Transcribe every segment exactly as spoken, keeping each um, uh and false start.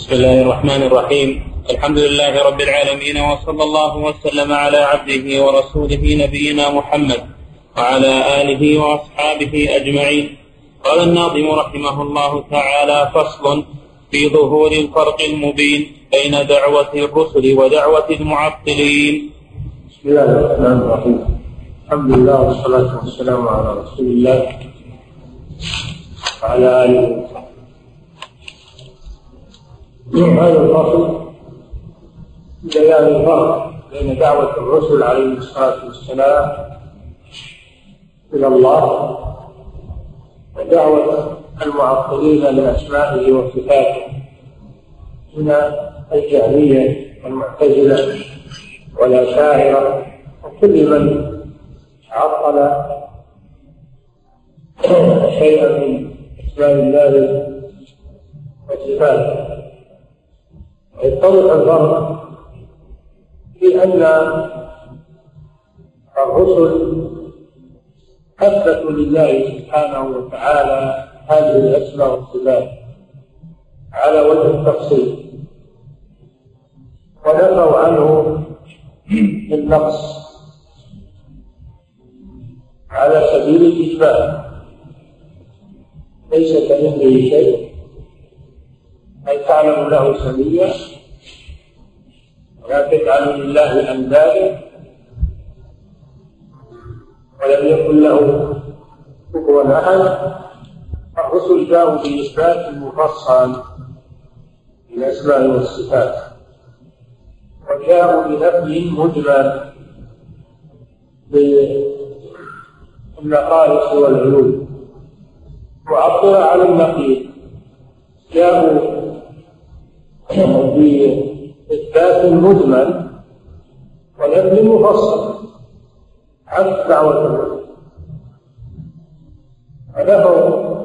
بسم الله الرحمن الرحيم. الحمد لله رب العالمين، وصلى الله وسلم على عبده ورسوله نبينا محمد وعلى آله وأصحابه أجمعين. قال الناظم رحمه الله تعالى: فصل في ظهور الفرق المبين بين دعوة الرسل ودعوة المعطلين. بسم الله الرحمن الرحيم. الحمد لله والصلاة والسلام على رسول الله وعلى آله وصحبه. هذا الفصل بيان الفرق بين دعوة الرسل عليه الصلاة والسلام إلى الله ودعوة المعطلين لأسمائه وصفاته من الجهمية والمعتزلة والأشاعرة وكل من عطل شيئا من أسماء الله وصفاته. يتضح الفرق في أن الرسل أثبتوا لله سبحانه وتعالى هذه الأسماء والصفات على وجه التفصيل، ونفوا عنه النقص على سبيل الإثبات. ليس كمثله شيء، أي تعلم له سميا ولا تجعل لله أندادا ولم يكن له كفوا أحد. الرسل جاءوا بإثبات مفصل للأسماء والصفات، وجاءوا بنفي مجمل بالنقائص والعلوم، وعطل على النقيض. جاءوا بإثبات مجمل ونفي مفصل عن دعوة الرسل، فنفوا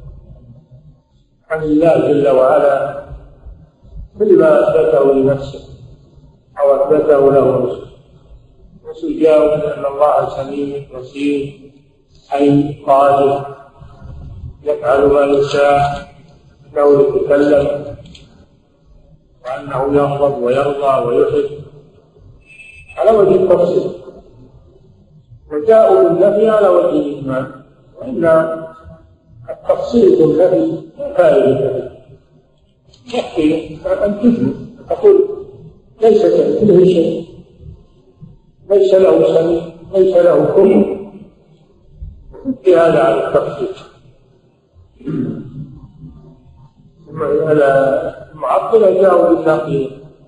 عن الله جل وعلا كل ما أثبته لنفسه أو أثبته له رسل. الرسل جاءوا بأن الله سميع بصير حي قادر يفعل ما يشاء، أنه يتكلم وأنه يغضب ويرضى ويحب على وجه التفصيل، وجاءوا بالنفي على وجه الإجمال، وإن التفصيل بالنفي فائدة. يكفي أن تجمل تقول ليس كمثله شيء، ليس له سميع، ليس له كفر، في هذا على التفصيل. المعطلة جاءوا بالنقيض،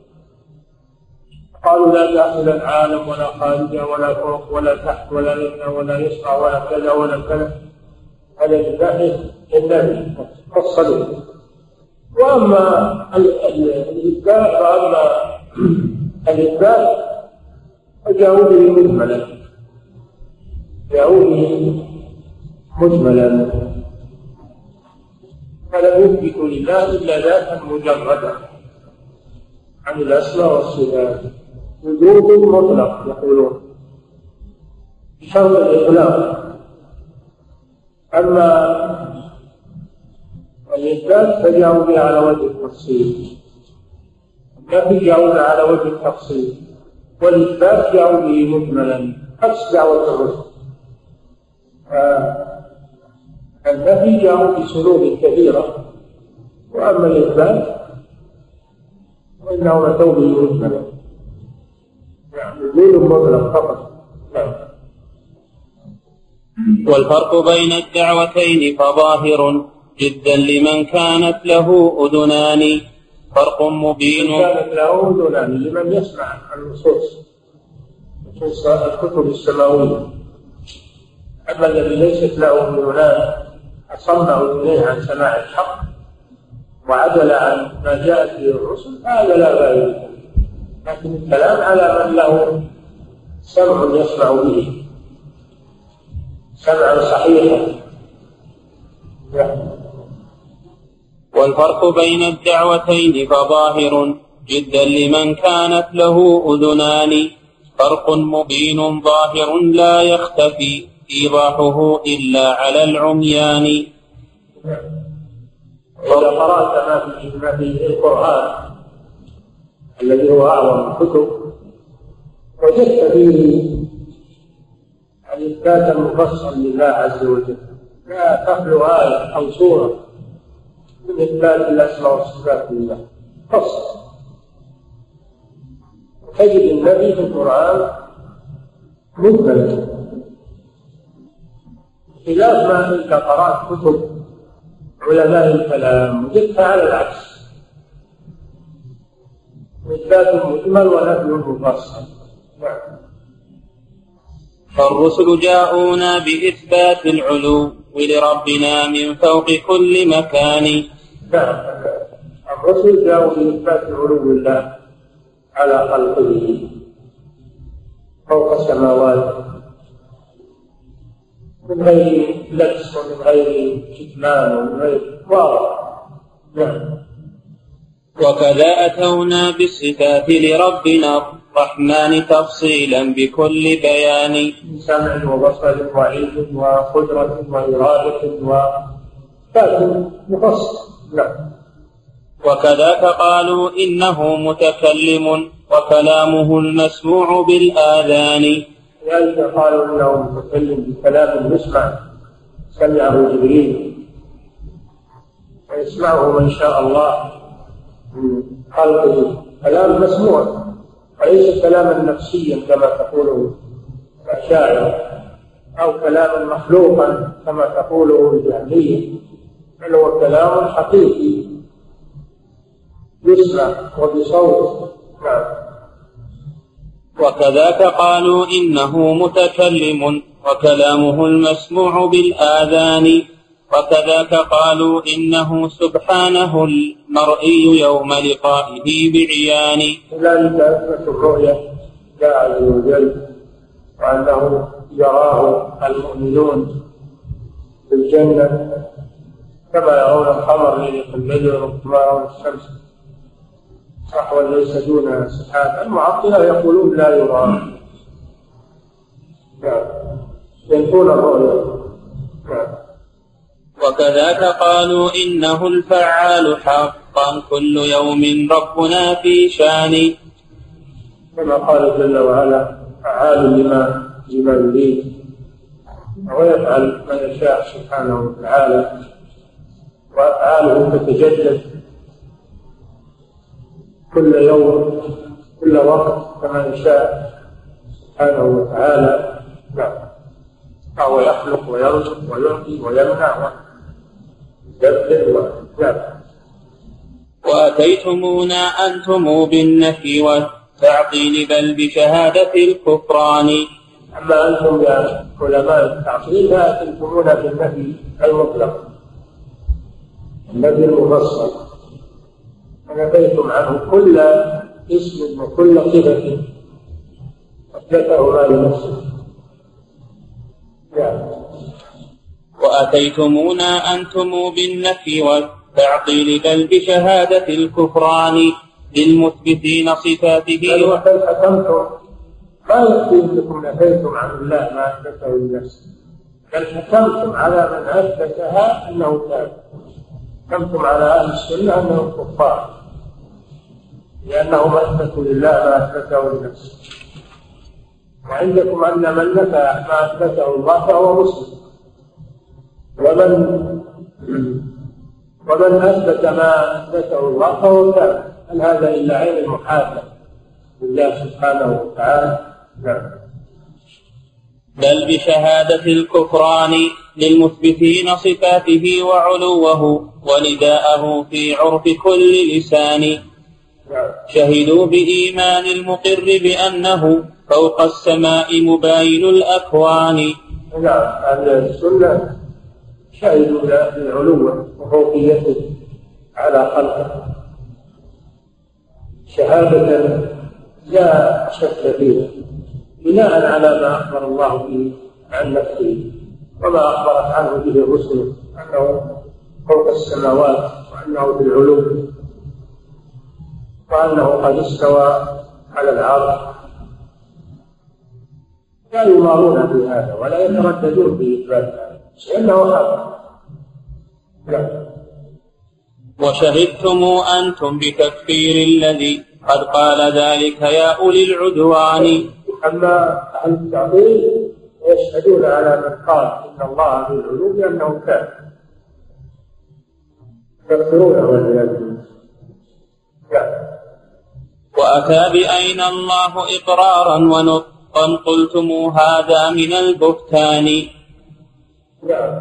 قالوا لا داخل العالم ولا خارجه ولا فوق ولا تحت ولا يمنى ولا يسرى ولا كذا ولا كذا. هذا النفي النفي فصلوا. واما الاثبات فاما الاثبات فجاءوا به مجملا، جاءوا به مجملا، فلم يثبتوا لله الا ذاتا مجردا عن الاسماء والصفات وجود مطلق يقولون بشرط الاطلاق. اما الاثبات فجاءوا به على وجه التفصيل، النفي جاءوا على وجه التفصيل، والاثبات جاءوا به مجملا عكس دعوه الرسل. النفي جاءوا بسلوك كبيرة، وأما الإثبات فإنه أتوا به مجملا، يعني دين مطلق فقط. والفرق بين الدعوتين فظاهر جدا لمن كانت له أذنان. فرق مبين كانت له أذنان لمن يسمع النصوص، نصوص الكتب السماوية. أما الذي ليست له أذنان أصم أذنيه عن سماع الحق وعدل عن ما جاءت به الرسل، هذا لا فائدة. لكن الكلام على من له سمع يسمع به، سمعا صحيحا. والفرق بين الدعوتين فظاهر جدا لمن كانت له أذنان. فرق مبين ظاهر لا يختفي إيضاحه إلا على العميان. وإذا قرأت ما في ما في القرآن الذي هو أعظم الكتب وجدت فيه الإثبات المفصل لله عز وجل، لا تخلو آية أو سورة من إثبات الأسماء والصفات لله فصل. تجد النبي في القرآن مجمل، خلاف ما انت قرأت كتب علماء الكلام وجدتها على العكس، إثبات مجمل ونفي مفصل. فالرسل جاءونا بإثبات العلو لربنا من فوق كل مكان. نعم، الرسل جاءوا بإثبات علو الله على خلقه فوق السماوات من غير لبس ومن غير كتمان ومن غير واضح. نعم. وكذا أتونا بالصفات لربنا الرحمن تفصيلا بكل بيان، سمع وبصر وعلم وقدرة وإرادة وصفات مفصل. نعم. وكذاك قالوا إنه متكلم وكلامه المسموع بالآذان. لذلك قالوا إنه متكلم بكلام يسمع، سمعه جبريل ويسمعه من شاء الله من خلقه، كلام مسموع وليس كلاما نفسيا كما تقوله الأشاعرة أو كلاما مخلوقا كما تقوله الجهمية، بل هو كلام حقيقي يسمع وبصوت. نعم. وكذاك قالوا إنه متكلم وكلامه المسموع بالآذان. وكذاك قالوا إنه سبحانه المرئي يوم لقائه بعيان. ذلك أثبت الرؤية جاء عز وجل وأنه يراه المؤمنون في الجنة كما يرون القمر ليلة البدر وكما يرون الشمس صحوا ليس دون سحاب. المعطلة يقولون لا يرى، ينفون الرؤية. وكذاك قالوا إنه الفعال حقا كل يوم ربنا في شان. كما قال جل وعلا فعال لما لما يريد ويفعل ما يشاء سبحانه وتعالى، وأفعاله تتجدد كل يوم كل وقت كما يشاء سبحانه وتعالى. نعم. فهو يخلق ويرزق ويعطي ويمنع ويبدل. نعم. وأتيتمونا أنتم بالنفي والتعطيل بل بشهادة الكفران. أما أنتم يا علماء التعطيل فأتيتمون بالنفي المطلق النفي المفصل، ونفيتم عنه كل اسم وكل صفة أثبتهما لنفسه. يعني. وأتيتمونا أنتم بالنفي والتعطيل بل بشهادة الكفران للمثبتين صفاته. بل حكمتم ما يكفي أنكم نفيتم عن الله ما أثبته لنفسه، بل حكمتم على من أثبتها أنه كافر، حكمتم على أهل السنة أنهم كفار لأنهم أثبتوا لله ما أثبته لنفسه، وعندكم أن من نفى ما أثبته الله فهو مسلم، ومن ومن أثبت ما أثبته الله فهو كافر. هل هذا إلا عين المحاسبة لله سبحانه وتعالى؟ نعم. بل بشهادة الكفران للمثبتين صفاته وعلوه ونداءه في عرف كل لسان. شهدوا بإيمان المقر بأنه فوق السماء مباين الأكوان. نعم. أهل السنة شهدوا بالعلو وفوقيته على خلقه شهادة لا شك فيها، بناء على ما أخبر الله به عن نفسه وما أخبرت عنه به الرسل أنه فوق السماوات وأنه بالعلو وأنه قد استوى على العرش، لا يمارون بهذا ولا يترددون في إثبات هذا لأنه حق. وشهدتم أنتم بتكفير الذي قد قال ذلك يا أولي العدوان. أما أهل التعطيل يشهدون على من قال إن الله ذو العلو بأنه كان يكفرونه والعياذ بالله. وأتى بأين الله إقرارا ونطقا قلتم هذا من البهتان. نعم.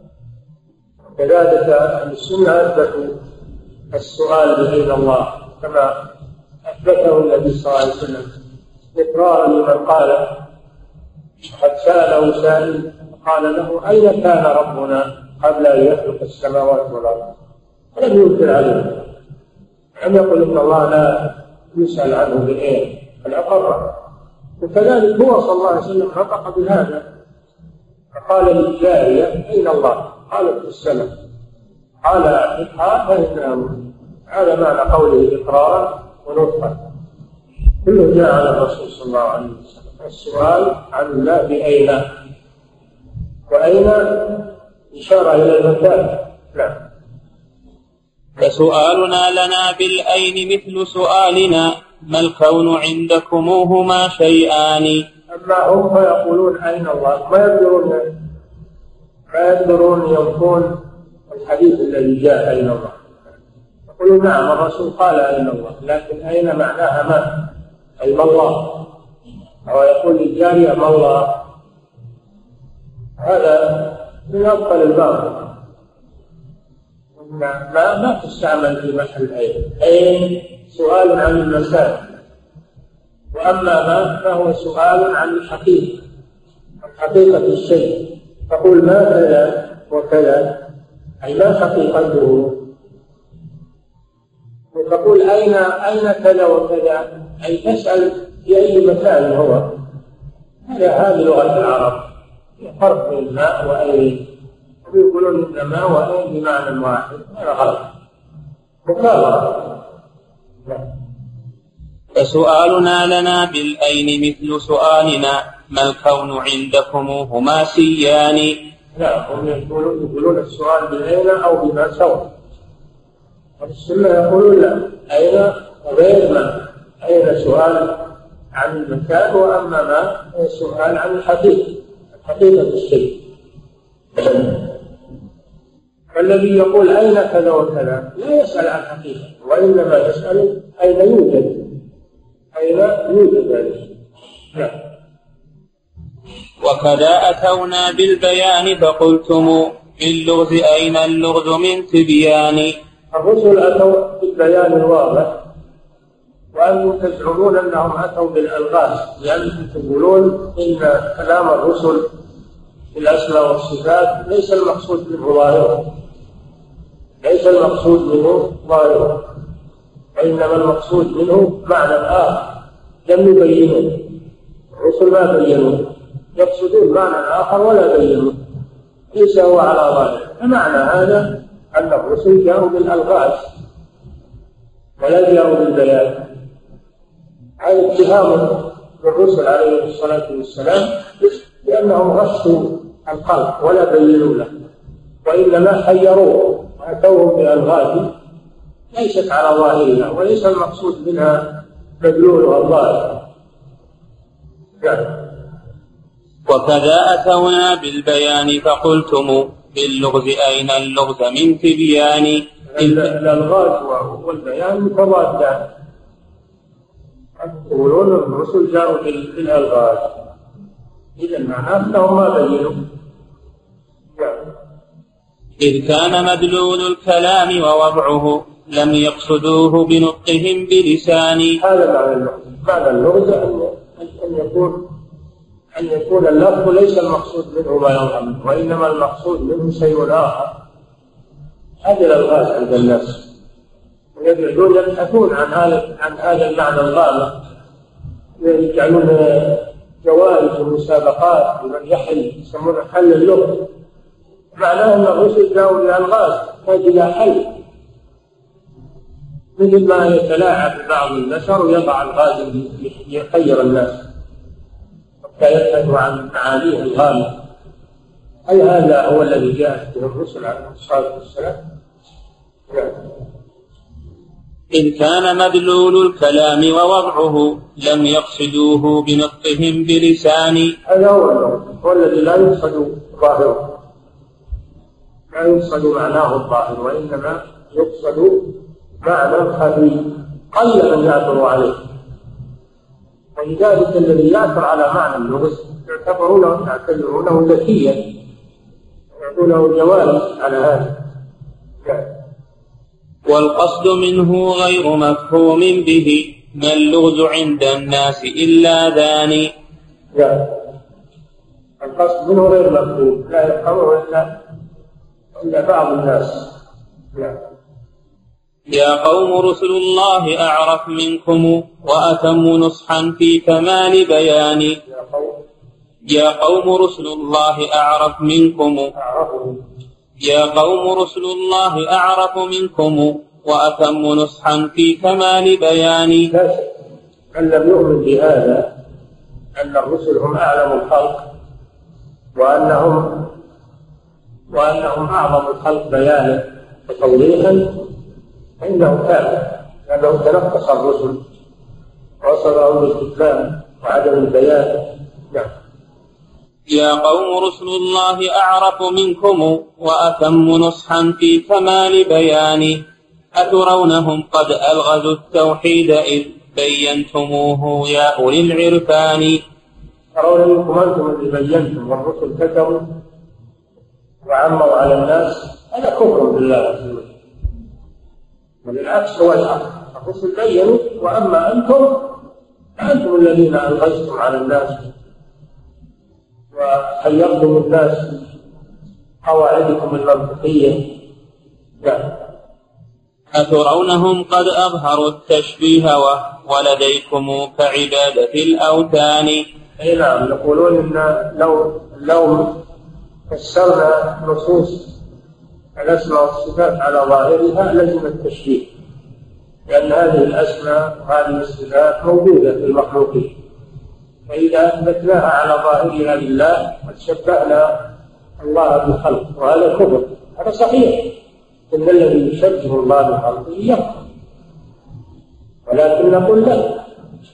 كذلك أهل السنة أثبتوا السؤال بأين الله كما أثبته النبي صلى الله عليه وسلم إقرارا لمن قال قد سأله سائل قال له أين كان ربنا قبل أن يخلق السماوات والأرض ولم ينكر عليه، لم يقل إن الله لا يسأل عنه بالأين بل أقر. وكذلك هو صلى الله عليه وسلم نطق بهذا فقال للجارية أين الله؟ قالت في السماء. قال إقرار فإنه هذا معنى قوله إقرارا ونطقا كله جاء على الرسول صلى الله عليه وسلم. السؤال عن الله بأين، وأين إشارة إلى المكان. نعم. فسؤالنا لنا بالأين مثل سؤالنا ما الكون عندكم هما شيئان. أما هم فيقولون أين الله ما يقدرون ما يقدرون ينفون الحديث الذي جاء أين الله. يقولون نعم الرسول قال أين الله لكن أين معناها ما أي ما الله، أو يقول للجارية ما الله. هذا من أبطل الباطل. ما ما تستعمل في محل أين. أين سؤال عن المكان، وأما ما فهو سؤال عن الحقيقة عن حقيقة الشيء. تقول ما كذا وكذا أي ما حقيقته، وتقول أين أين كذا وكذا أي تسأل في أي مكان هو. هذا هذه لغة العرب فرق بين الماء وأين. يقولون إن الماء وأين بمعنى واحد هذا غلط مكابرة. فسؤالنا لنا بالأين مثل سؤالنا ما الكون عندكم هما سيان. لا هم يقولون السؤال بالأين أو بما سوى. السنة يقولون لا أين غير ما. أين سؤال عن المكان، وأما ما سؤال عن الحقيقة حقيقة الشيء. فالذي يقول أين كذا وكذا لا يسأل عن حقيقة، وإنما يسأل أين يوجد أين يوجد ذلك. وكذا أتونا بالبيان فقلتم باللغز أين اللغز من تبيان. الرسل أتوا بالبيان الواضح وأنتم تزعمون أنهم أتوا بالألغاز، لأنكم تقولون إن كلام الرسل في الأسماء والصفات ليس المقصود منه ظاهره ليس المقصود منه ظاهره وإنما المقصود منه معنى آخر لم يبينه. الرسل ما بينوا، يقصدون معنى آخر ولا بينوا، ليس هو على ظاهره. فمعنى هذا أن الرسل جاءوا بالألغاز ولا جاءوا بالبيان. هذا اتهام للرسل عليه الصلاة والسلام لأنهم غشوا الخلق ولا بينوا له، وإنما حيروه وأتوهم بألغاز ليست على ظاهرها وليس المقصود منها مدلولها الظاهر. وكذا أتونا بالبيان فقلتم باللغز أين اللغز من تبيان. الألغاز والبيان متضادان. يقولون الرسل جاءوا بالألغاز إذا معناه أنهم ما بينوا. إذ كان مدلول الكلام ووضعه لم يقصدوه بنطقهم بلسان. هذا معنى اللغز. معنى اللغز أن يكون أن يكون اللفظ ليس المقصود منه ما يظهر، وإنما المقصود منه شيء آخر. هذه الألغاز عند الناس، ويبعدون يبحثون عن هذا عن هذا المعنى الغامض، يجعلون جوائز ومسابقات لمن يحل يسمونه حل اللغز. معناه أن الرسل جاءوا بالألغاز تحتاج إلى حل، مثل ما يتلاعب بعض البشر ويضع الغاز ليخير الناس حتى يبحثوا عن معانيه الغامضة. أي هذا هو الذي جاءت به الرسل عليه الصلاة والسلام. إن كان مدلول الكلام ووضعه لم يقصدوه بنطقهم بلسان. هذا هو الذي لا يقصد ظاهره، لا يقصد معناه الظاهر، وإنما يقصد معنى خفي قل من يعثر عليه. ولذلك الذي يعثر على معنى اللغز يعتبرونه يعتبرونه ذكيا، يعطونه جوائز على هذا. والقصد منه غير مفهوم به، ما اللغز عند الناس إلا ذاني. لا، القصد منه غير مفهوم، لا يفهمه إلا إلا بعض الناس. لا. يا قوم رسل الله أعرف منكم وأتم نصحا في كمال بياني. يا قوم رسل الله أعرف منكم يا قوم رسل الله أعرف منكم وأتم نصحا في كمال بياني. من لم يؤمن بهذا أن الرسل هم أعلم الخلق وأنهم وأنهم أعظم الخلق بيانا وتوضيحا فإنه كافر، لأنه تنقص الرسل وصلهم بالاستسلام وعدم البيان. نعم. يا قوم رسل الله أعرف منكم وأتم نصحا في كمال بياني. أترونهم قد ألغزوا التوحيد إذ بينتموه يا أولي العرفان. ترون منكم أنتم الذي بينتم والرسل كتبوا وعموا على الناس، هذا كفر بالله عز وجل، وبالعكس هو الحق. الرسل بينوا، وأما أنتم فأنتم الذين ألغزتم على الناس وحيرتم الناس قواعدكم المنطقية. أترونهم قد أظهروا التشبيه ولديكم كعبادة الأوثان. أي نعم، يقولون إن لو لو فسرنا نصوص الأسماء والصفات على ظاهرها لزم التشبيه، لأن هذه الأسماء وهذه الصفات موجودة في المخلوقين، فإذا أثبتناها على ظاهرها لله قد شبهنا الله بالخلق، وهذا كفر. هذا صحيح إن الذي يشبه الله بالخلق يكفر، ولكن نقول لا،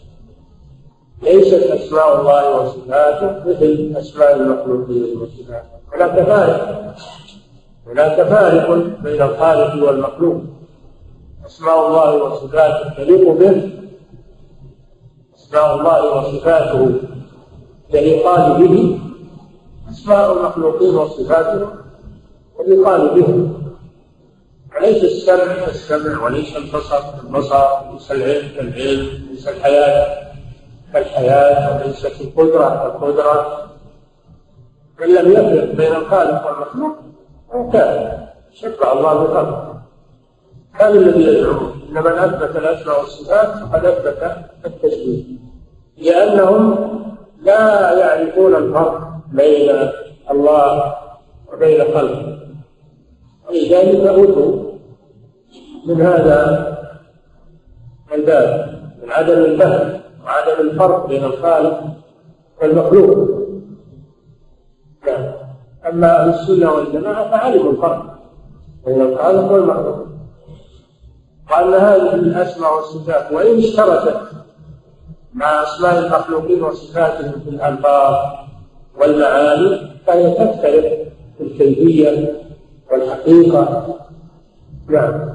ليست أسماء الله وصفاته مثل أسماء المخلوقين وصفاته، هناك فارق هناك فارق بين الخالق والمخلوق. أسماء الله وصفاته تليق به، أسماء الله وصفاته تليقان به، أسماء المخلوقين وصفاته تليقان به. وليس السمع كالسمع، وليس البصر كالبصر، وليس العلم كالعلم، وليس الحياة كالحياة، وليست القدرة كالقدرة. من لم يفرق بين الخالق والمخلوق هو كافر، شبه الله بخلقه. هذا الذي يدعوه إن من أثبت الأسماء والصفات فقد أثبت التشبيه، لأنهم لا يعرفون الفرق بين الله وبين خلقه، ولذلك أوتوا من هذا الباب، من عدم الفهم وعدم الفرق بين الخالق والمخلوق. أما أهل السنة والجماعة فعلموا الفرق بين الخالق والمخلوق، وأن هذه الأسماء والصفات وإن اشتركت مع أسماء المخلوقين وصفاتهم في الألفاظ والمعاني فهي تختلف في الكيفية والحقيقة. نعم.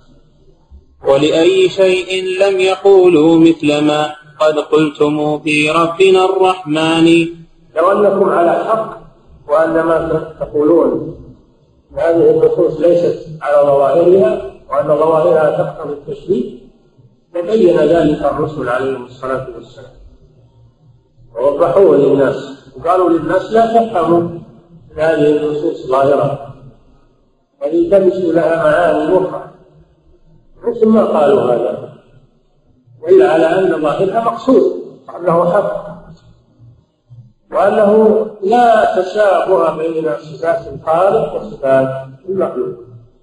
ولأي شيء لم يقولوا مثل ما قد قلتم في ربنا الرحمن. لو أنكم على حق وأن ما تقولون هذه النصوص ليست على ظواهرها وأن ظواهرها تقتضي التشبيه لبين ذلك الرسل عليهم الصلاة والسلام ووضحوه للناس، وقالوا للناس لا تفهموا هذه النصوص ظاهرة ولتلبسوا لها معاني أخرى. الرسل ما قالوا هذا، وإلا على أن ظاهرها مقصود، أنه حق، وأنه لا تشابه بين صفات الخالق وصفات المخلوق.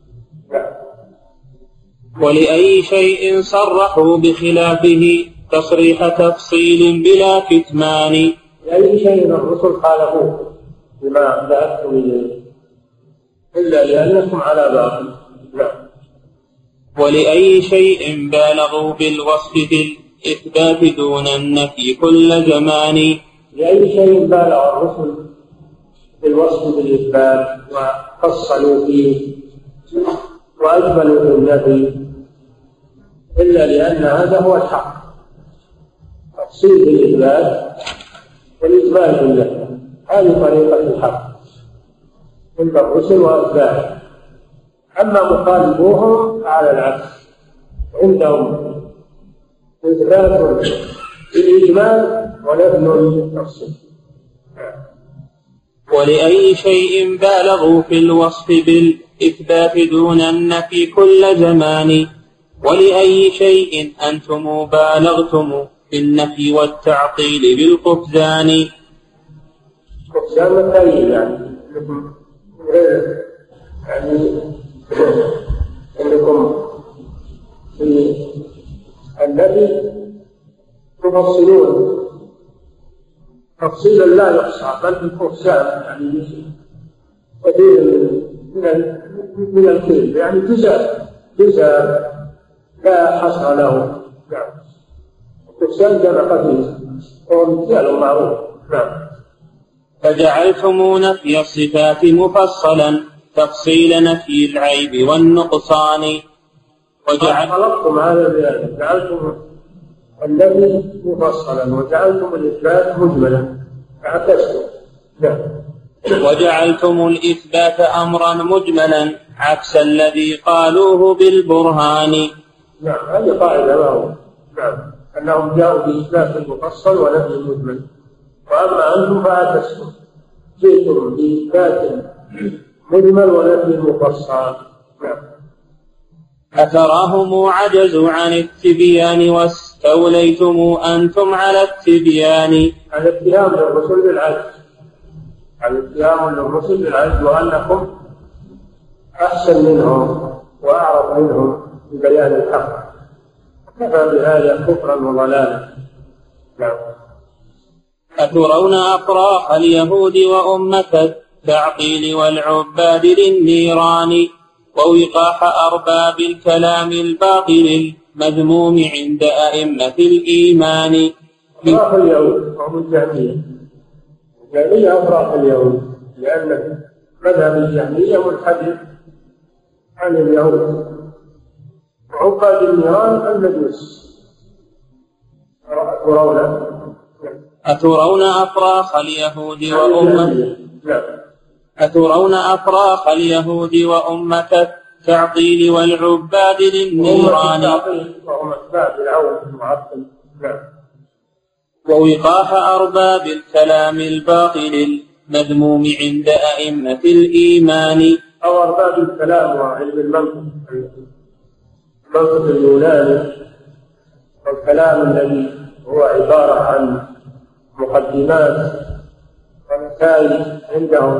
ولأي شيء صرحوا بخلافه تصريح تفصيل بلا كتمان. لأي شيء الرسل خالفوه بما ذهبتم إليه إلا لأنكم على باطل. ولأي شيء بالغوا بالوصف بالإثبات دون النفي كل زمان. لأي شيء بالغ الرسل بالوصف بالإثبات وفصلوا فيه وأجملوا في النفي إلا لأن هذا هو الحق، تفصيل بالإثبات والإجمال بالنفي، هذه طريقة الحق عند الرسل وأتباعهم. أما مخالفوهم على العكس، عندهم إثبات بالإجمال ونفي بالتفصيل. ولأي شيء بالغوا في الوصف بالإثبات دون النفي كل زمان. ولأي شيء أنتم بالغتم في النفي والتعطيل بالقفزان. قفزان مثالي يعني يعني أنكم في النفي تفصلون تفصيلا لا يحصى، بل بالقفزان يعني كثير من من الكلم، يعني جزء جزء لا حصر له. نعم. القفزان جمع قفيز وهو مثال معروف. نعم. فجعلتم نفي الصفات مفصلا تفصيل نفي العيب والنقصان. وجعل خلقتم هذا البيان، جعلتم النفي مفصلا وجعلتم الإثبات مجملا، عكستم. نعم. وجعلتم الإثبات أمرا مجملا عكس الذي قالوه بالبرهان. نعم، هذه قاعدة لهم. نعم، أنهم جاءوا بإثبات مفصل ونفي مجمل، وأما أنتم فعكستم، جئتم بإثبات مجمل ونفي مفصل. نعم. أتراهم عجزوا عن التبيان واستوليتم أنتم على التبيان. على اتهام للرسل بالعجز، على اتهام للرسل بالعجز وأنكم أحسن منهم وأعرف منهم ببيان الحق، كفى بهذا كفرا وضلالا. نعم. أترون أفراح اليهود وأمة التعطيل والعباد للنيران ووقاح أرباب الكلام الباطل المذموم عند أئمة الإيمان. أفراح اليهود وهم الجهمية، الجهمية أفراح اليهود، لأن مذهب الجهمية منحدر عن اليهود. عقاد النيران المجوس. أترون أترون أفراح اليهود وأمة أترون أفراح اليهود وأمة التعطيل والعباد للنيران وهم أتباع العون المعطل. ووقاح أرباب الكلام الباطل المذموم عند أئمة الإيمان. أو أرباب الكلام وعلم المنطق، المنطق اليوناني والكلام الذي هو عبارة عن مقدمات ونتائج عندهم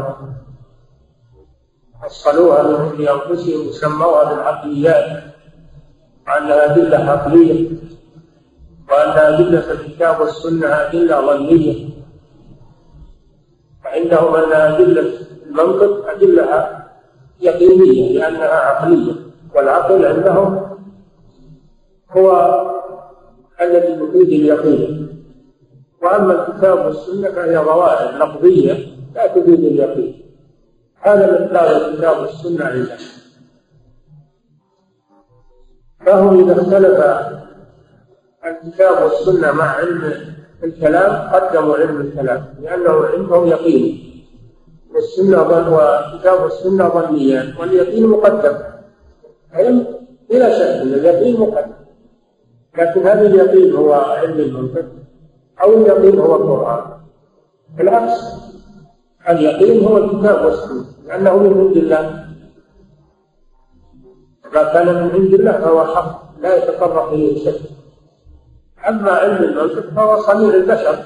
حصلوها من عند أنفسهم وسموها بالعقليات، وأنها أدلة عقلية، وأن أدلة الكتاب والسنة أدلة ظنية. فعندهم أن أدلة المنطق أدلة يقينية لأنها عقلية، والعقل عندهم هو الذي يفيد اليقين، وأما الكتاب والسنة فهي ظواهر لفظية لا تفيد اليقين. هذا مقدار الكتاب والسنة عندهم. فهم إذا اختلف الكتاب والسنة مع علم الكلام قدموا علم الكلام لأنه عندهم يقين، والسنة وكتاب السنة ظنيان واليقين مقدم. علم بلا شك أن اليقين مقدم، لكن هل اليقين هو علم المنطق أو اليقين هو القرآن؟ بالعكس، اليقين هو الكتاب والسنة لأنه من عند الله، ما كان من عند الله فهو حق لا يتطرق إليه شك. أما علم المنطق فهو صنيع البشر،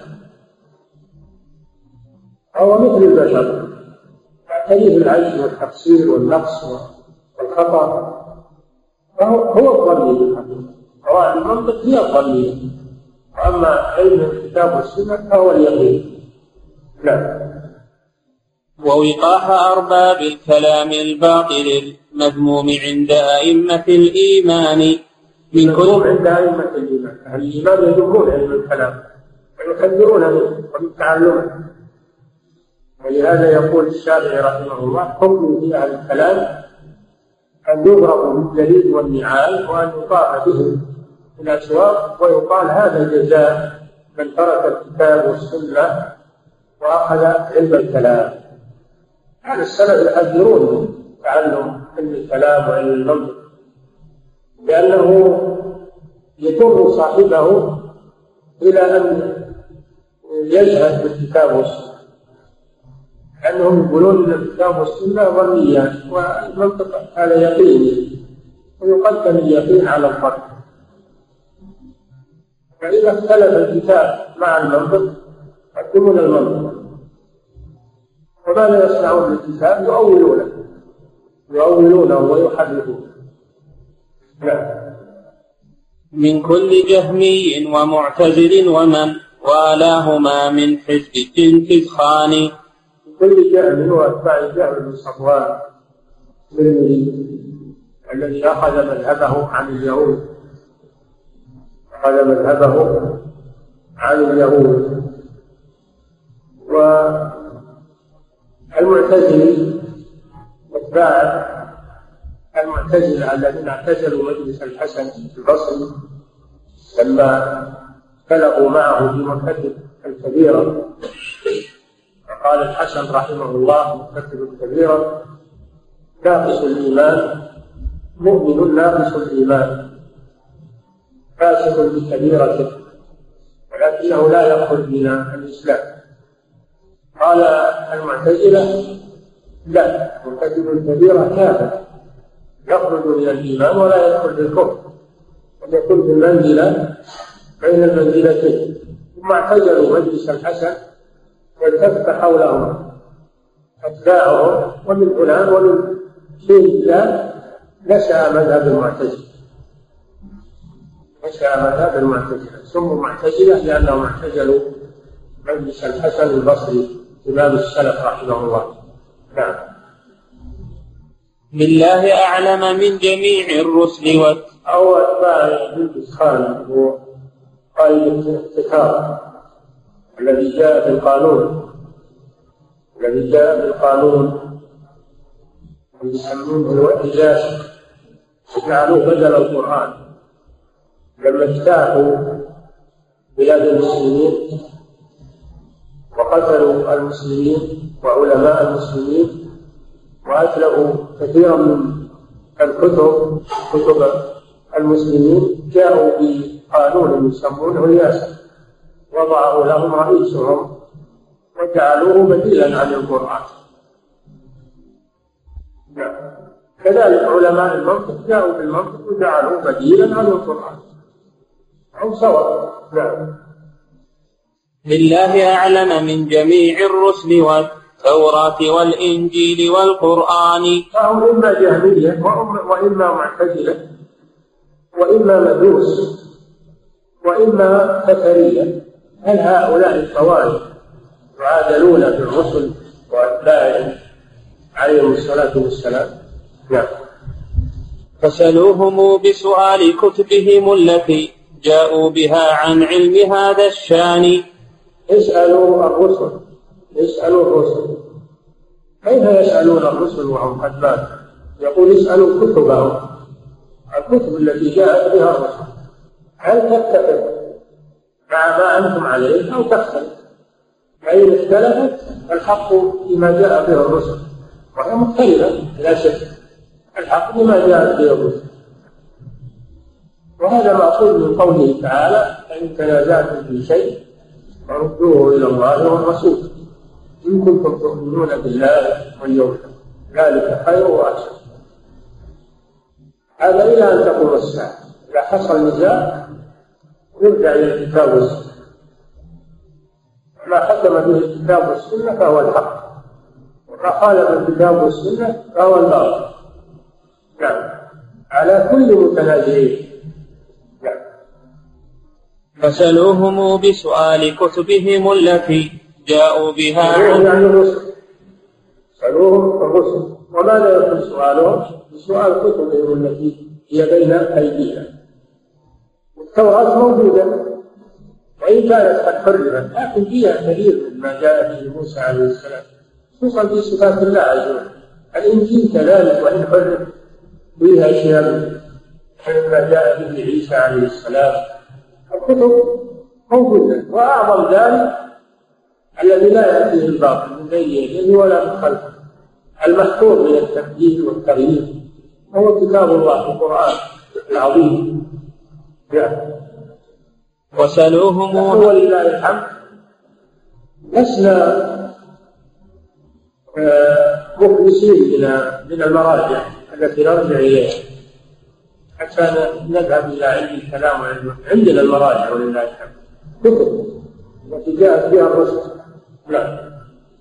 هو مثل البشر يعتريه العجز والتقصير والنقص والخطأ، فهو هو الظني بالحقيقة. قواعد المنطق هي الظنية، وأما علم الكتاب والسنة فهو اليقين. لا. ووقاح أرباب الكلام الباطل المذموم عند أئمة الإيمان من كل عند أئمة الإيمان. أهل الإيمان يذمون علم الكلام ويحذرون منه ومن تعلمه، ولهذا يقول الشافعي رحمه الله: حكم في أهل الكلام أن يضربوا بالدليل والنعال وأن يطاع بهم في الأسواق ويقال هذا جزاء من ترك الكتاب والسنة وأخذ علم الكلام. هذا السلف يحذرون من تعلم علم الكلام وعلم المنطق، لأنه يضر صاحبه إلى أن يجهل بالكتاب والسنة، لأنهم يقولون أن الكتاب والسنة ظنيات والمنطق هذا يقيني، ويقدم اليقين على الظن. فإذا اختلف الكتاب مع المنطق يقدمون المنطق، وماذا يصنعون بالكتاب؟ يؤولونه يؤولونه ويحرفونه. نعم. من كل جهمي ومعتزل ومن والاهما من حزب جنكيز خان. كل جهم واتباع جهم بن صفوان الذي اخذ مذهبه عن اليهود اخذ مذهبه عن اليهود والمعتزلي واتباع المعتزلة الذين اعتزلوا مجلس الحسن البصري لما اختلفوا معه في مرتكب الكبيرة، قال الحسن رحمه الله: مرتكب الكبيرة ناقص الإيمان، مؤمن ناقص الإيمان، فاسق بكبيرته ولكنه لا يدخل من الإسلام. قال المعتزلة: لا، مرتكب الكبيرة كافر يخرج من الإيمان ولا يدخل بالكفر، ويكون في المنزلة بين المنزلتين. ثم اعتزلوا مجلس الحسن والتف حولهم أتباعهم، ومن فلان ومن شيء الله نشأ مذهب المعتزلة نشأ مذهب المعتزلة سموا معتزلة لأنهم اعتزلوا مجلس الحسن البصري إمام السلف رحمه الله. نعم. بالله أعلم من جميع الرسل و... أو أتباع جنكيز خان هو قائد الابتكار الذي جاء بالقانون الذي جاء بالقانون يسمونه الوحدات، جعلوه بدل القرآن. لما اجتاحوا بلاد المسلمين وقتلوا المسلمين وعلماء المسلمين وأتلفوا كثيرا من الكتب كتب المسلمين، جاءوا بقانون يسمونه الياسر، وضعه لهم رئيسهم وجعلوه بديلا عن القرآن. كذلك علماء المنطق جاءوا بالمنطق وجعلوه بديلا عن القرآن، أو سواء. نعم. لله أعلم من جميع الرسل والتوراة والإنجيل والقرآن. فهم إما جهمية وإما معتزلة وإما مجوس وإما كفرية. هل هؤلاء الخوارج يعادلون بالرسل وأتباعهم عليهم الصلاة والسلام؟ نعم. فسلوهم بسؤال كتبهم التي جاءوا بها عن علم هذا الشان. اسألوا الرسل اسألوا الرسل كيف يسألون الرسل وهم قد ماتوا؟ يقول اسألوا كتبهم، الكتب التي جاءت بها الرسل هل تتفق مع ما أنتم عليه أو تختلف؟ فإن اختلفت الحق بما جاء به الرسل، وهي مختلفة لا شك، الحق بما جاء به الرسل. وهذا مأخوذ من قوله تعالى: فإن تنازعتم في شيء فردوه إلى الله والرسول إن كنتم تؤمنون بالله واليوم ذلك خير وأحسن. هذا إلى أن تقوم الساعة. إذا حصل نزاع يرجع إلى الكتاب والسنة، ما حكم به الكتاب والسنة فهو الحق، وما خالف الكتاب والسنة فهو الباطل. نعم. على كل متنازعين. نعم. فسلوهم بسؤال كتبهم التي جاءوا بها يعني الرسل، سألوهم الرسل. وماذا يكون سؤالهم؟ بسؤال كتبهم التي هي بين أيدينا. والتوراة موجودة وإن كانت قد حرمت لكن فيها كثير مما جاء به موسى عليه السلام، خصوصا في صفات الله عز وجل. الإنجيل كذلك وإن حرم فيها أشياء مما جاء به عيسى عليه السلام. الكتب موجودة، وأعظم ذلك الذي لا يأتيه الباطل من بين يديه ولا من خلفه، المحفوظ من التبديل والتغيير، هو كتاب الله القرآن العظيم. وسلوهم ولله الحمد لسنا مخلصين من المراجع التي نرجع إليها حتى نذهب إلى علم الكلام وعلم. عندنا المراجع ولله الحمد، كتب التي جاءت بها الرسل. لا.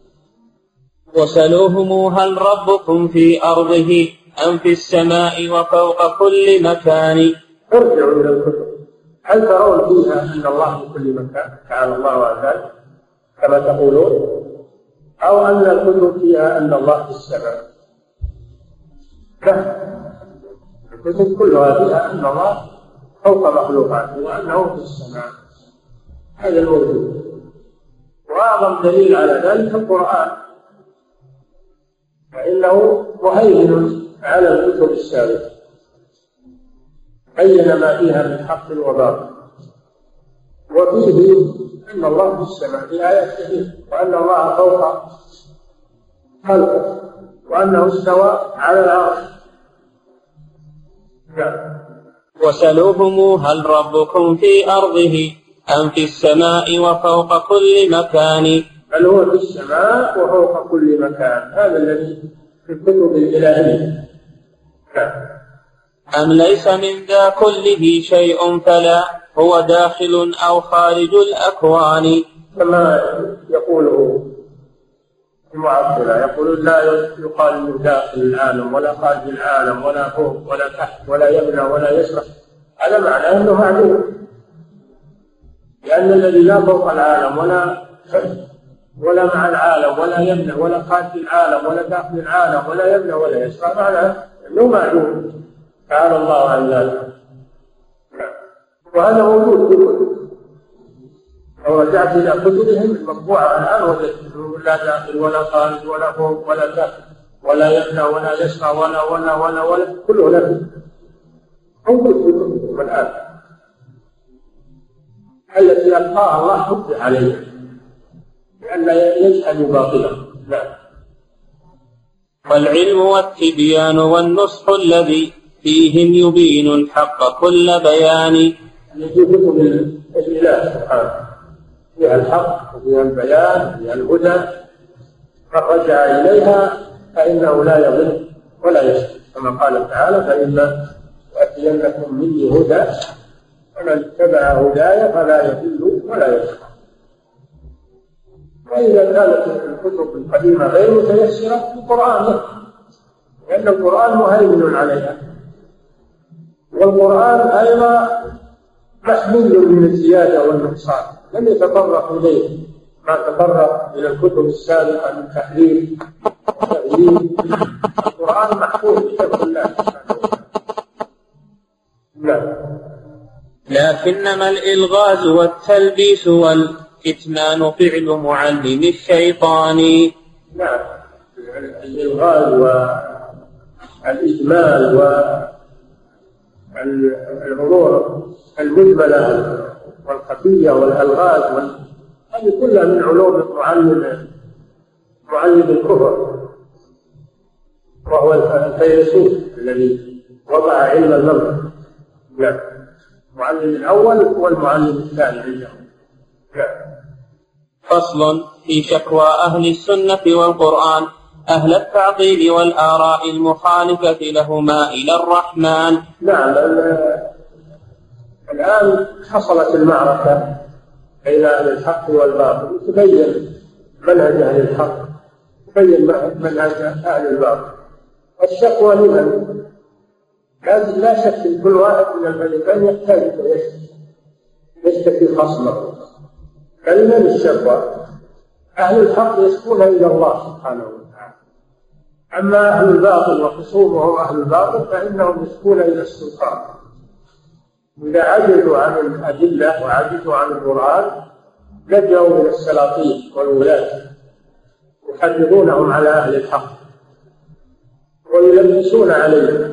وسلوهم هل ربكم في أرضه أم في السماء وفوق كل مكان. ارجعوا إلى الكتب، هل ترون فيها أن الله في كل مكان تعالى الله عن ذلك كما تقولون، أو أن الكتب فيها أن الله في السماء؟ لا، الكتب كلها فيها أن الله فوق مخلوقاته وأنه في السماء، هذا الموجود. وأعظم دليل على ذلك القرآن، فإنه مهيمن على الكتب السابقة، بين ما فيها من حق وباطل، وفيه أن الله في السماء في آيات كثيرة، وأن الله فوق خلقه، وأنه استوى على العرش. وسلوهم هل ربكم في أرضه أم في السماء وفوق كل مكان. بل هو في السماء وفوق كل مكان، هذا الذي في الكتب الإلهية. أم ليس من ذا كله شيء فلا هو داخل أو خارج الأكوان. كما يقوله المعطلة، يقولون لا يقال انه داخل العالم ولا خارج العالم ولا فوق ولا تحت ولا يمنع ولا يسرح، هذا معناه انه معلوم، لأن الذي لا فوق العالم ولا ولا مع العالم ولا يمنع ولا خارج العالم ولا داخل العالم ولا يمنع ولا يسرح معناه انه معلوم تعالى الله عن ذلك. وهذا موجود في الكتب، لو رجعت إلى كتبهم المطبوعة الآن وجدتم لا داخل ولا خارج ولا فوق ولا تحت ولا يمنع ولا يسرع ولا ولا ولا ولا كله لكن موجود في كتبهم الآن التي ألقاها الله حفظ عليها لأن يجهل باطلا. لا. والعلم والتبيان والنصح الذي فيهم يبين الحق كل بيان. في كتب الإله سبحانه فيها الحق وفيها البيان وفيها الهدى، من رجع إليها فإنه لا يضل ولا يشقى، كما قال تعالى فإما يأتينكم مني هدى فمن اتبع هداي فلا يضل ولا يشقى. وإذا كانت الكتب القديمة غير متيسرة القرآن يكفي، لأن القرآن مهيمن عليها، والقرآن أيضا محمول من الزيادة والنقصان، لم يتطرق إليه ما تطرق إلى الكتب السابقة من تحريف وتأويل. القرآن محفوظ بحفظ الله سبحانه وتعالى. لكنما الإلغاز والتلبيس والكتمان فعل معلم الشيطان. نعم، الإلغاز والإجمال والأمور المجملة والخفية والألغاز هذه كلها من علوم معلم معلم الكفر، وهو الفيلسوف الذي وضع علم المنطق. لا، المعلم الأول هو المعلم الثاني عندهم. فصل في شكوى أهل السنة والقرآن أهل التعطيل والآراء المخالفة لهما إلى الرحمن. نعم، الآن حصلت المعركة بين أهل الحق والباطل، تبين منهج أهل الحق تبين منهج أهل الباطل. الشكوى لمن؟ لازم لا شك ان كل واحد من الفريقين يحتاج الى يشتكي خصمه، فلمن الشكوى؟ اهل الحق يشكون الى الله سبحانه وتعالى، أما أهل الباطل وخصومهم أهل الباطل فإنهم يشكون إلى السلطان، إذا عجزوا عن الأدلة وعجزوا عن البرهان لجأوا إلى السلاطين والولاة يحرضونهم على أهل الحق ويلبسون عليهم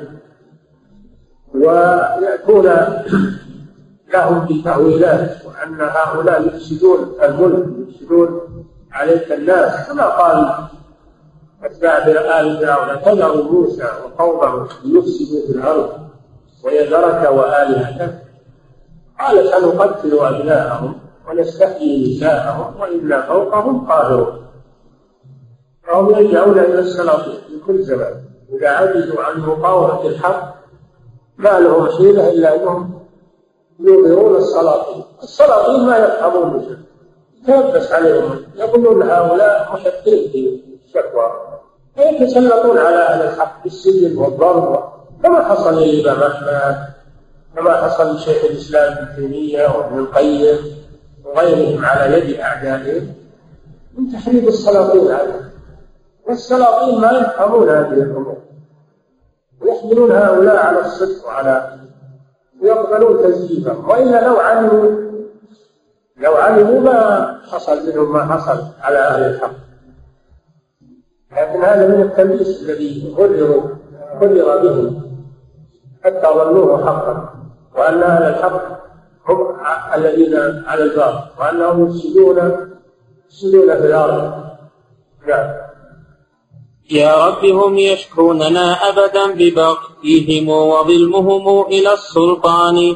ويأتون لهم بتأويلات وأن هؤلاء يفسدون الملك يفسدون عليك الناس، كما قال أتباع آل فرعون تذر موسى وقومه ليفسدوا في الأرض ويذرك وآلهتك، قال سنقتل أبناءهم ونستحيي نساءهم وإنا فوقهم قاهرون. فهم يلجأون إلى السلاطين في كل زمان، إذا عجزوا عن مقاومة الحق ما لهم حيلة إلا أنهم يظهرون السلاطين. السلاطين ما يفهمون بشيء، تلبس عليهم، يقولون هؤلاء محقين في الشكوى ويتسلطون على أهل الحق بالسجن والضرب، كما حصل للإمام أحمد، كما حصل لشيخ الإسلام ابن تيمية وابن القيم وغيرهم على يد أعدائهم من تحريض السلاطين عليهم. والسلاطين ما يفهمون هذه الأمور ويحملون هؤلاء على الصدق وعلى ويقبلون تزييفهم، وإلا لو علموا لو علموا ما حصل منهم ما حصل على أهل الحق. لكن هذا من التلبيس الذي غرروا غرر به حتى ظنوه حقا، وأن أهل الحق هم الذين على الباطل وأنهم يفسدون يفسدون في الأرض. نعم. يا رب هم يشكوننا أبدا ببغيهم وظلمهم إلى السلطان.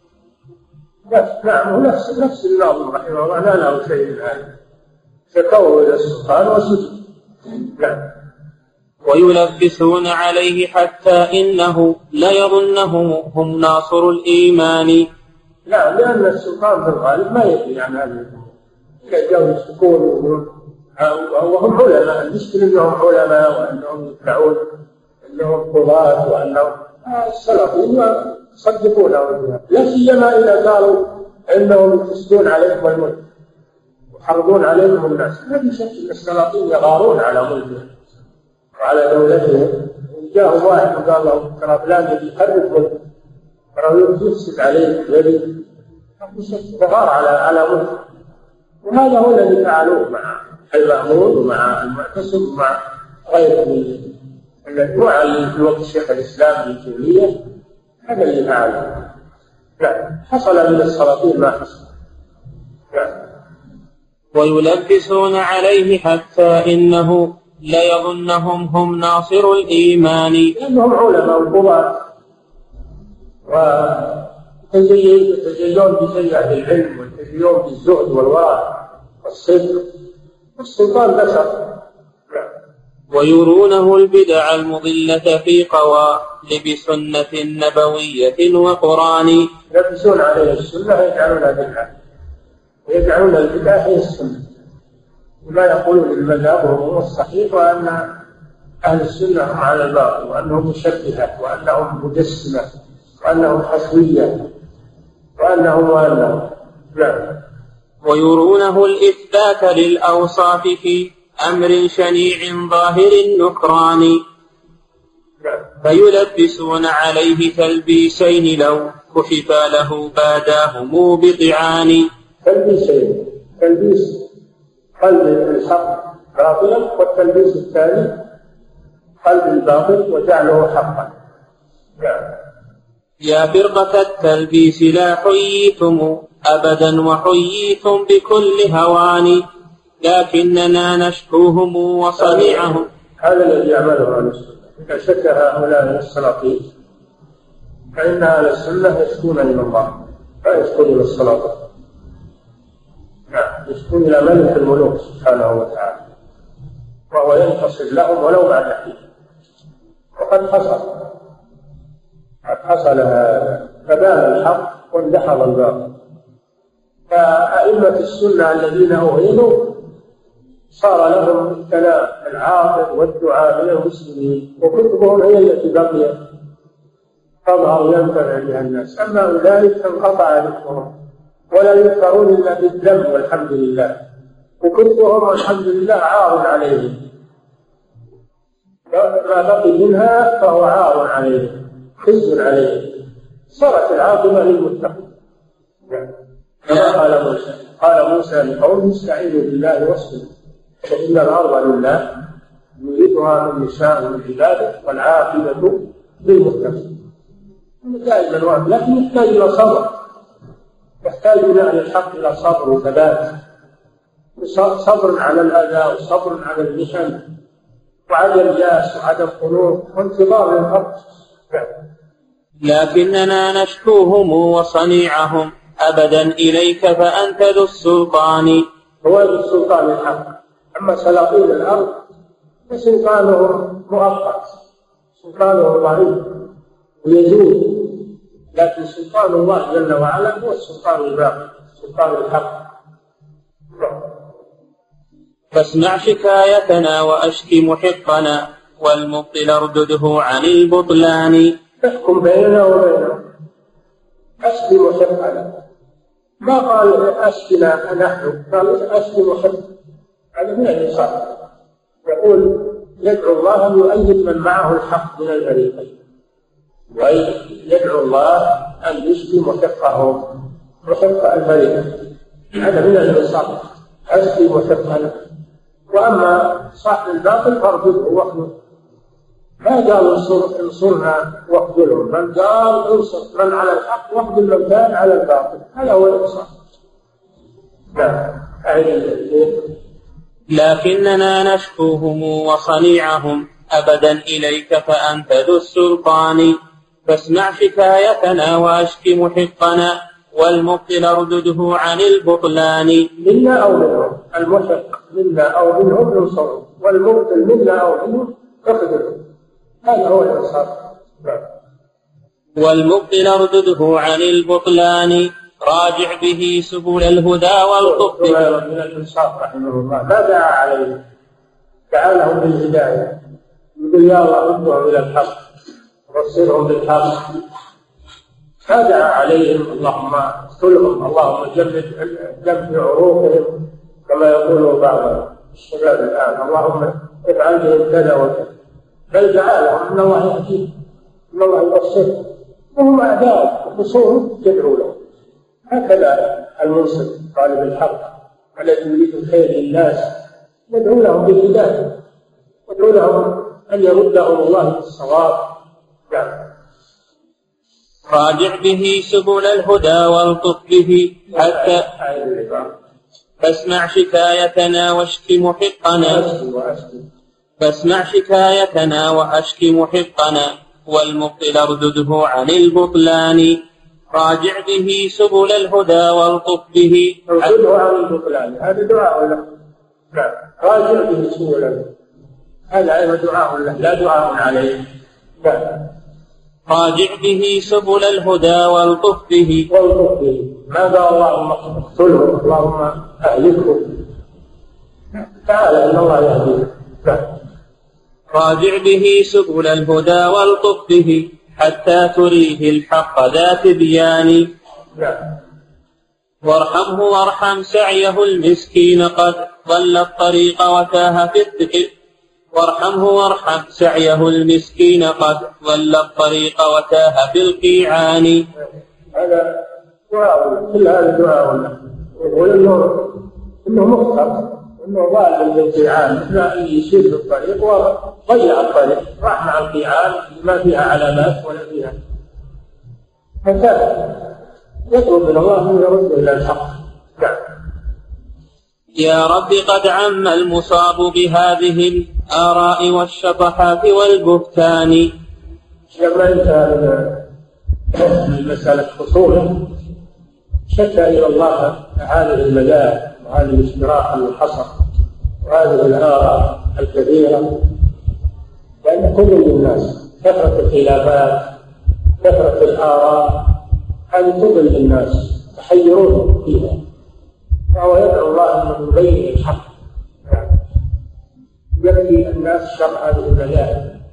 نعم، نفس نفس الناظم رحمه الله لا له شيء من هذا، شكوه إلى السلطان وسجن. نعم. ويلبسون عليه حتى إنه لا يظنهم هم ناصر الإيمان. لا، لأن السلطان في الغالب ما يدري عن هذه الأمور، يجوا يشكون وهم علماء، المشكلة أنهم علماء وأنهم يدعون أنهم قضاة وأنهم السلاطين يصدقونهم، لا سيما إذا قالوا أنهم يفسدون عليكم الملك ويحرضون عليكم الناس. ما في شك أن السلاطين يغارون على ملكهم وعلى دولتهم. جاءهم واحد وقال له ترى فلان يبي يخرب ملك، ترى يفسد عليك يبي يغار على على ملك. وهذا هو الذي فعلوه مع المأمون ومع المعتصم ومع غيره النوع اللي في وقت شيخ الإسلام ابن تيمية، هذا اللي فعله. نعم، حصل من السلاطين ما حصل. نعم. ويلبسون عليه حتى إنه لا يظنهم هم ناصر الإيمان، لأنهم علماء وقضاة ويتزيون بشيء العلم ويتزيون بالزهد والورع والصدق، والسلطان بشر. ويرونه البدع المضلة في قوالب سنة نبوية وقرآن. يلبسون عليه السنة ويجعلونها بدعة، ويجعلون البدعة هي السنة، وما يقولون المذهب هو الصحيح وأن أهل السنة هم على الباطل وأنهم مشبهة وأنهم مجسمة وأنهم حسوية وأنهم وأنهم. نعم. ويرونه الإثبات للأوصاف في أمر شنيع ظاهر النكران، فيلبسون عليه تلبيسين لو كشف له باداهم بطعان. تلبيسين، تلبيس قلب الحق باطلا، والتلبيس الثاني قلب الباطل وجعله حقا. يا فرقة التلبيس لا حييتم أبدا وحييتم بكل هوان، لكننا نشكوهم وصنيعهم. هذا الذي يعمله أهل السنة، إذا شك هؤلاء السلاطين فإن أهل السنة يشكون إلى الله، لا يشكون إلى السلاطين. نعم، يشكون إلى ملك الملوك سبحانه وتعالى، وهو ينتصر لهم ولو بعد حين. وقد حصل قد حصل هذا، فبان الحق واندحض الباطل. فأئمة السنة الذين أوهنوا صار لهم الكلام العاطف والدعاء من المسلمين، وكتبهم هي التي بقيت تظهر ينفع بها الناس. أما أولئك فانقطع ذكرهم ولا يذكرون إلا بالذنب والحمد لله، وكتبهم والحمد لله عار عليهم. ما بقي منها فهو عار عليه، خزي عليه، صارت العاقبة للمتقين. كما قال موسى قال موسى لقومه استعينوا بالله واصبروا فإن الأرض لله يورثها من يشاء من عباده والعاقبة للمتقين. دائما واحد، لكن يحتاج إلى صبر، يحتاج بناء الحق إلى صبر وثبات، صبر على الأذى وصبر على المحن وعدم يأس وعدم قنوط وانتظار للحق. لكننا نشكوهم وصنيعهم أبدا إليك فأنت ذو السلطان. هو ذو السلطان الحق، أما سلاطين الأرض فسلطانهم مؤقت، سلطانهم ضعيف ويزول، لكن سلطان الله جل وعلا هو السلطان الباقي، سلطان الحق. فاسمع شكايتنا وأشكي محقنا والمبطل اردده عن البطلان. احكم بيننا وبينهم، أشكي محقنا، ما قال أشكنا نحن، قال أشكي محق، هذا من الإنصاف. يقول يدعو الله أن يؤيد من معه الحق من الفريقين، ويدعو الله أن يشفي محقهم محق الفريقين، هذا من الإنصاف. أشكي محقنا، وأما صاحب الباطل فارجله واخذله، ما قال انصرنا واخذلهم، من قال انصر من على الحق واخذل من كان على الباطل، هذا هو الإنصاف. لكننا نشكوهم وصنيعهم أبدا إليك فأنت ذو السلطان. فاسمع شكايتنا وأشكي محقنا والمبطل اردده عن البطلان. منا أو منهم، المحق منا أو منهم انصروا، والمبطل منا أو منهم اخذلوا، هذا هو الإنصاف. والمبطل اردده عن البطلان راجع به سبل الهدى والقطب. من الإنصاف رحمه الله ما دعا عليه، دعا لهم بالهداية، يقول يا الله ردهم إلى الحق وبصرهم بالحق، ما دعا عليهم اللهم اقتلهم، اللهم جمد جمد عروقهم كما يقول بعض الشباب الآن، اللهم افعل بهم كذا وكذا، بل دعا لهم أن الله يهديهم، أن الله يبصرهم، وهم أعداء وخصوم يدعو لهم. هكذا المنصف طالب الحق الذي يريد الخير للناس يدعو لهم بالهداية، يدعو لهم أن يردهم الله بالصواب. يعني راجع به سبل الهدى والطف به حتى فاسمع شكايتنا واشك محقنا. فاسمع شكايتنا واشك محقنا والمبطل اردده عن البطلان. راجع به سبل الهدى والطف به اردده عن البطلان، هذا دعاء له. راجع به سبل الهدى، هذا أيضا دعاء له لا دعاء عليه. راجع به سبل الهدى والطف به. والطف به، ما قال اللهم اقتلهم اللهم اهلكهم، تعالى ان الله يهديهم. راجع به سبل الهدى والطف به حتى تريه الحق ذا تبيان. وارحمه وارحم سعيه المسكين قد ضل الطريق وتاه في الذكر. وارحمه وارحم سعيه المسكين قد ضل الطريق وتاه في القيعان. هذا دعاء، كل هذا دعاء له، يقول انه انه مخطئ، انه ضال بالقيعان، ان يسير في الطريق وضيع الطريق، راح مع القيعان ما فيها علامات ولا فيها، فكان يطلب من الله ان يرد الى الحق. يا رب قد عم المصاب بهذه الآراء والشطحات والبهتان. لما انتهى من مسألة خصومه شكى إلى الله هذه المذاهب وهذه الاشتراك اللي حصل وهذه الآراء الكثيرة، لأن كل الناس كثرة الخلافات كثرة الآراء هذه تضل الناس تحيرون فيها، فهو يدعو الله أن يبين الحق يكفي الناس شر هذه المذاهب.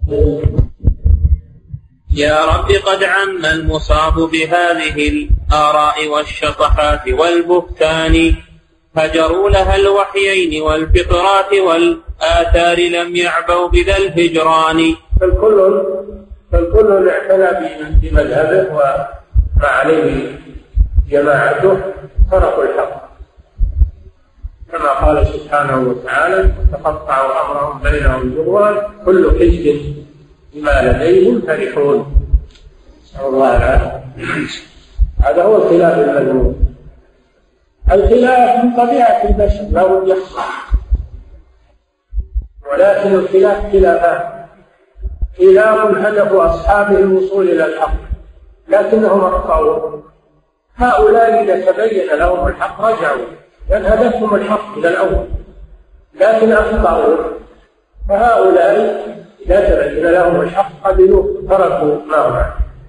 يا رب قد عم المصاب بهذه الآراء والشطحات والبهتان. هجروا لها الوحيين والفطرات الآثار لم يعبوا بذا الهجران. فالكل فالكل اعتنى بمذهبه وما عليه جماعته تركوا الحق، كما قال سبحانه وتعالى تقطعوا أمرهم بينهم زبرا كل حزب بما لديهم فرحون. نسأل الله العافية. هذا هو الخلاف المذموم. الخلاف من طبيعة البشر لا بد يحصل، ولكن الخلاف خلافان: خلاف هدف أصحابه الوصول إلى الحق لكنهم أخطأوا. هؤلاء إذا تبين لهم الحق رجعوا، لأن هدفهم الحق إلى الأول، لكن أخطأوا. فهؤلاء إذا تبين لهم الحق قبلوا تركوا ما هم.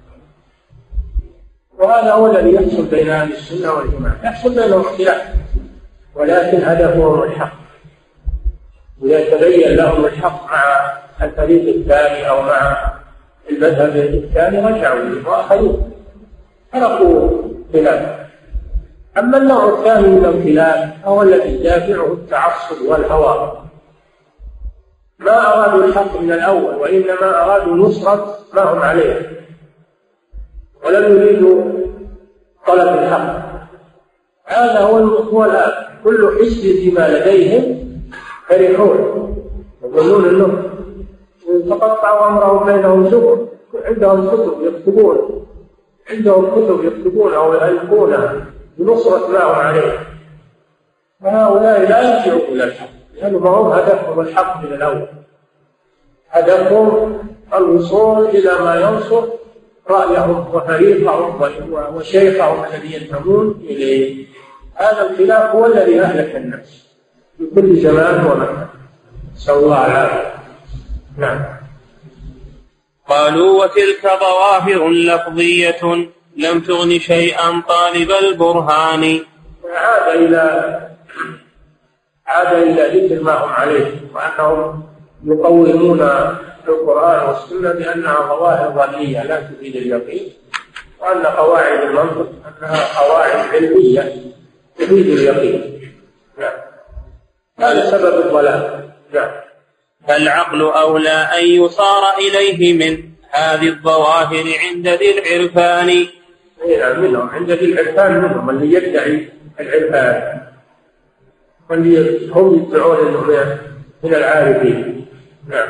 وهذا هو الذي يحصل بين أهل السنة والجماعة، يحصل بينهم اختلاف ولكن هدفهم الحق. إذا تبين لهم الحق مع الفريق الثاني أو مع المذهب الثاني رجعوا وأخذوه، تركوا خلافه. أما النوع الثاني من الخلاف هو الذي دافعه التعصب والهوى، ما أرادوا الحق من الأول وإنما أرادوا نصرة ما هم عليه ولم يريدوا طلب الحق. هذا هو هو الآن كل حزب بما لديهم فرحون، يقولون أنهم تقطعوا أمرهم بينهم زبر، عندهم كتب يكتبون عندهم كتب يكتبون أو يألفونها بنصرة ما هم عليه. وهؤلاء لا يرجعوا إلى الحق لأنهم هم هدفهم الحق من الأول، هدفهم الوصول إلى ما ينصر رأيهم وفريقهم وشيخهم الذي ينتمون إليه. هذا الخلاف هو الذي أهلك الناس في كل زمان ومكان. نسأل الله العافية. نعم. قالوا وتلك ظواهر لفظية لم تغن شيئا طالب البرهان. عاد إلى عاد إلى ذكر ما هم عليه وأنهم يقومون القرآن والسنة بأنها ظواهر ظنية لا تفيد اليقين، وأن قواعد المنطق أنها قواعد علمية تفيد اليقين. نعم. هذا سبب الضلال. نعم. فالعقل أولى أن يصار إليه من هذه الظواهر عند ذي العرفان. نعم منهم، عند ذي العرفان منهم اللي يدعي العرفان واللي هم يدعون أنه من العارفين. نعم.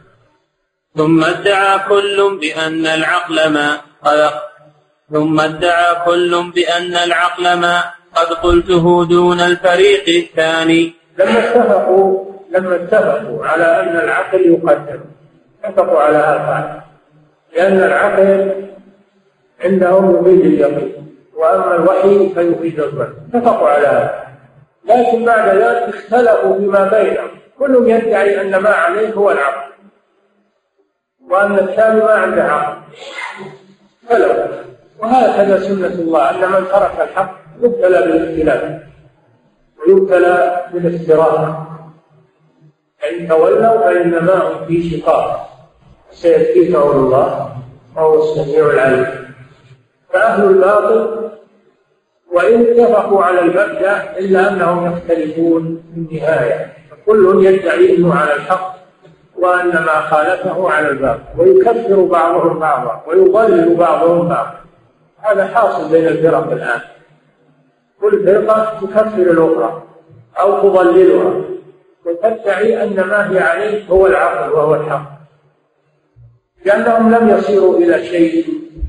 ثم ادعى كل بأن العقل ما قد ثم ادعى كل بأن العقل ما قد قلته دون الفريق الثاني. لما اتفقوا لما اتفقوا على أن العقل يقدم اتفقوا على هذا، لأن العقل عندهم يفيد اليقين وأما الوحي فيفيد الظن، اتفقوا على هذا. لكن بعد ذلك اختلفوا فيما بينهم، كل يدعي أن ما عليه هو العقل وأن الثاني ما عنده عقل، فلو وهكذا سنة الله أن من ترك الحق يبتلى بالاختلاف ويبتلى بالافتراق، فإن تولوا فإنما هم في شقاق سيكفيكهم الله وهو السميع العليم. فأهل الباطل وإن اتفقوا على المبدأ إلا أنهم يختلفون في النهاية، فكل يدعي أنه على الحق وأن ما خالفه على الباطل، ويكفر بعضهم بعضا ويضلل بعضهم بعضا. هذا حاصل بين الفرق الآن، كل فرقة تكفر الأخرى أو تضللها وتدعي أن ما هي عليه هو العقل وهو الحق، لأنهم لم يصيروا إلى شيء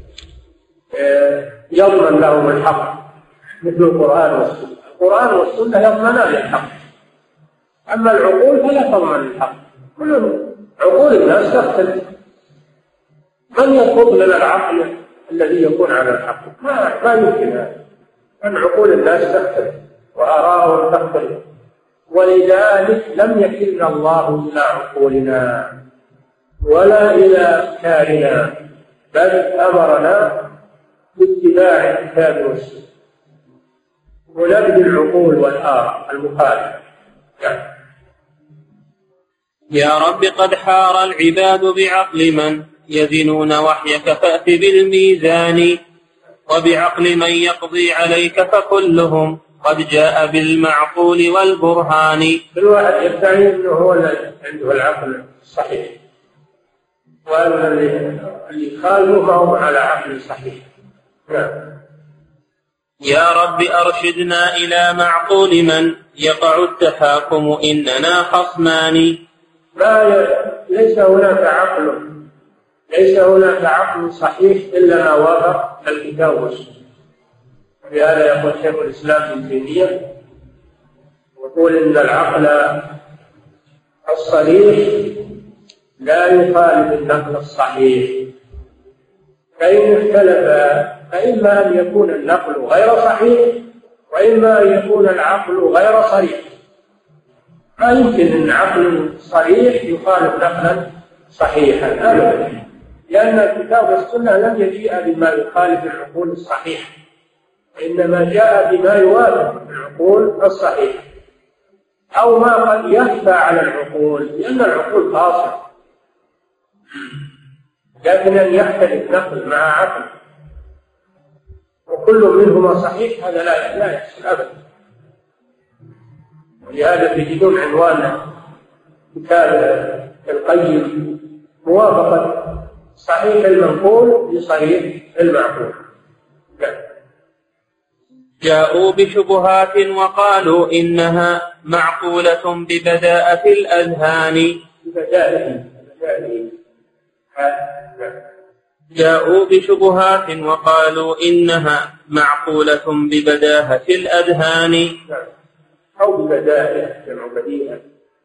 يضمن لهم الحق مثل القرآن والسنة. القرآن والسنة يضمنان الحق، أما العقول فلا تضمن الحق. كل عقول الناس تختلف، من يطلب لنا العقل الذي يكون على الحق؟ ما, ما يمكن هذا، أن عقول الناس تختلف وآراءهم تختلف، ولذلك لم يكلنا الله إلى عقولنا ولا إلى أفكارنا، بل أمرنا باتباع الكتاب والسنة ونبذ العقول والآراء المخالفة. يا رب قد حار العباد بعقل من يزنون وحيك فأت بالميزان، وبعقل من يقضي عليك فكلهم قد جاء بالمعقول والبرهان. الواحد يدعي أنه هو عنده العقل الصحيح، وأن اللي خالوا ما هو على عقل صحيح. نعم. يا رب أرشدنا إلى معقول من يقع التحاكم إننا خصمان. ما ليس هناك عقل ليس هناك عقل صحيح إلا ما وافق الكتاب والسنة. ولهذا يقول شيخ الإسلام ابن تيمية يقول إن العقل الصريح لا يخالف النقل الصحيح، فإن اختلف فإما أن يكون النقل غير صحيح وإما أن يكون العقل غير صريح. ما يمكن أن عقل صريح يخالف نقلا صحيحا أبدا، لأن الكتاب والسنة لم يجيء بما يخالف العقول الصحيحة، إنما جاء بما يوافق العقول الصحيحة أو ما قد يخفى على العقول، لأن العقول فاصلة. لكن أن يختلف نقل مع عقل وكل منهما صحيح هذا لا لا يحصل أبدا. ولهذا تجدون عنوان كتاب القيم موافقة صحيح المنقول لصحيح المعقول. جاءوا بشبهات وقالوا إنها معقولة ببداءة الأذهان. جاءوا بشبهات وقالوا إنها معقولة ببداهة الأذهان أو ببداهة جمع بديهة.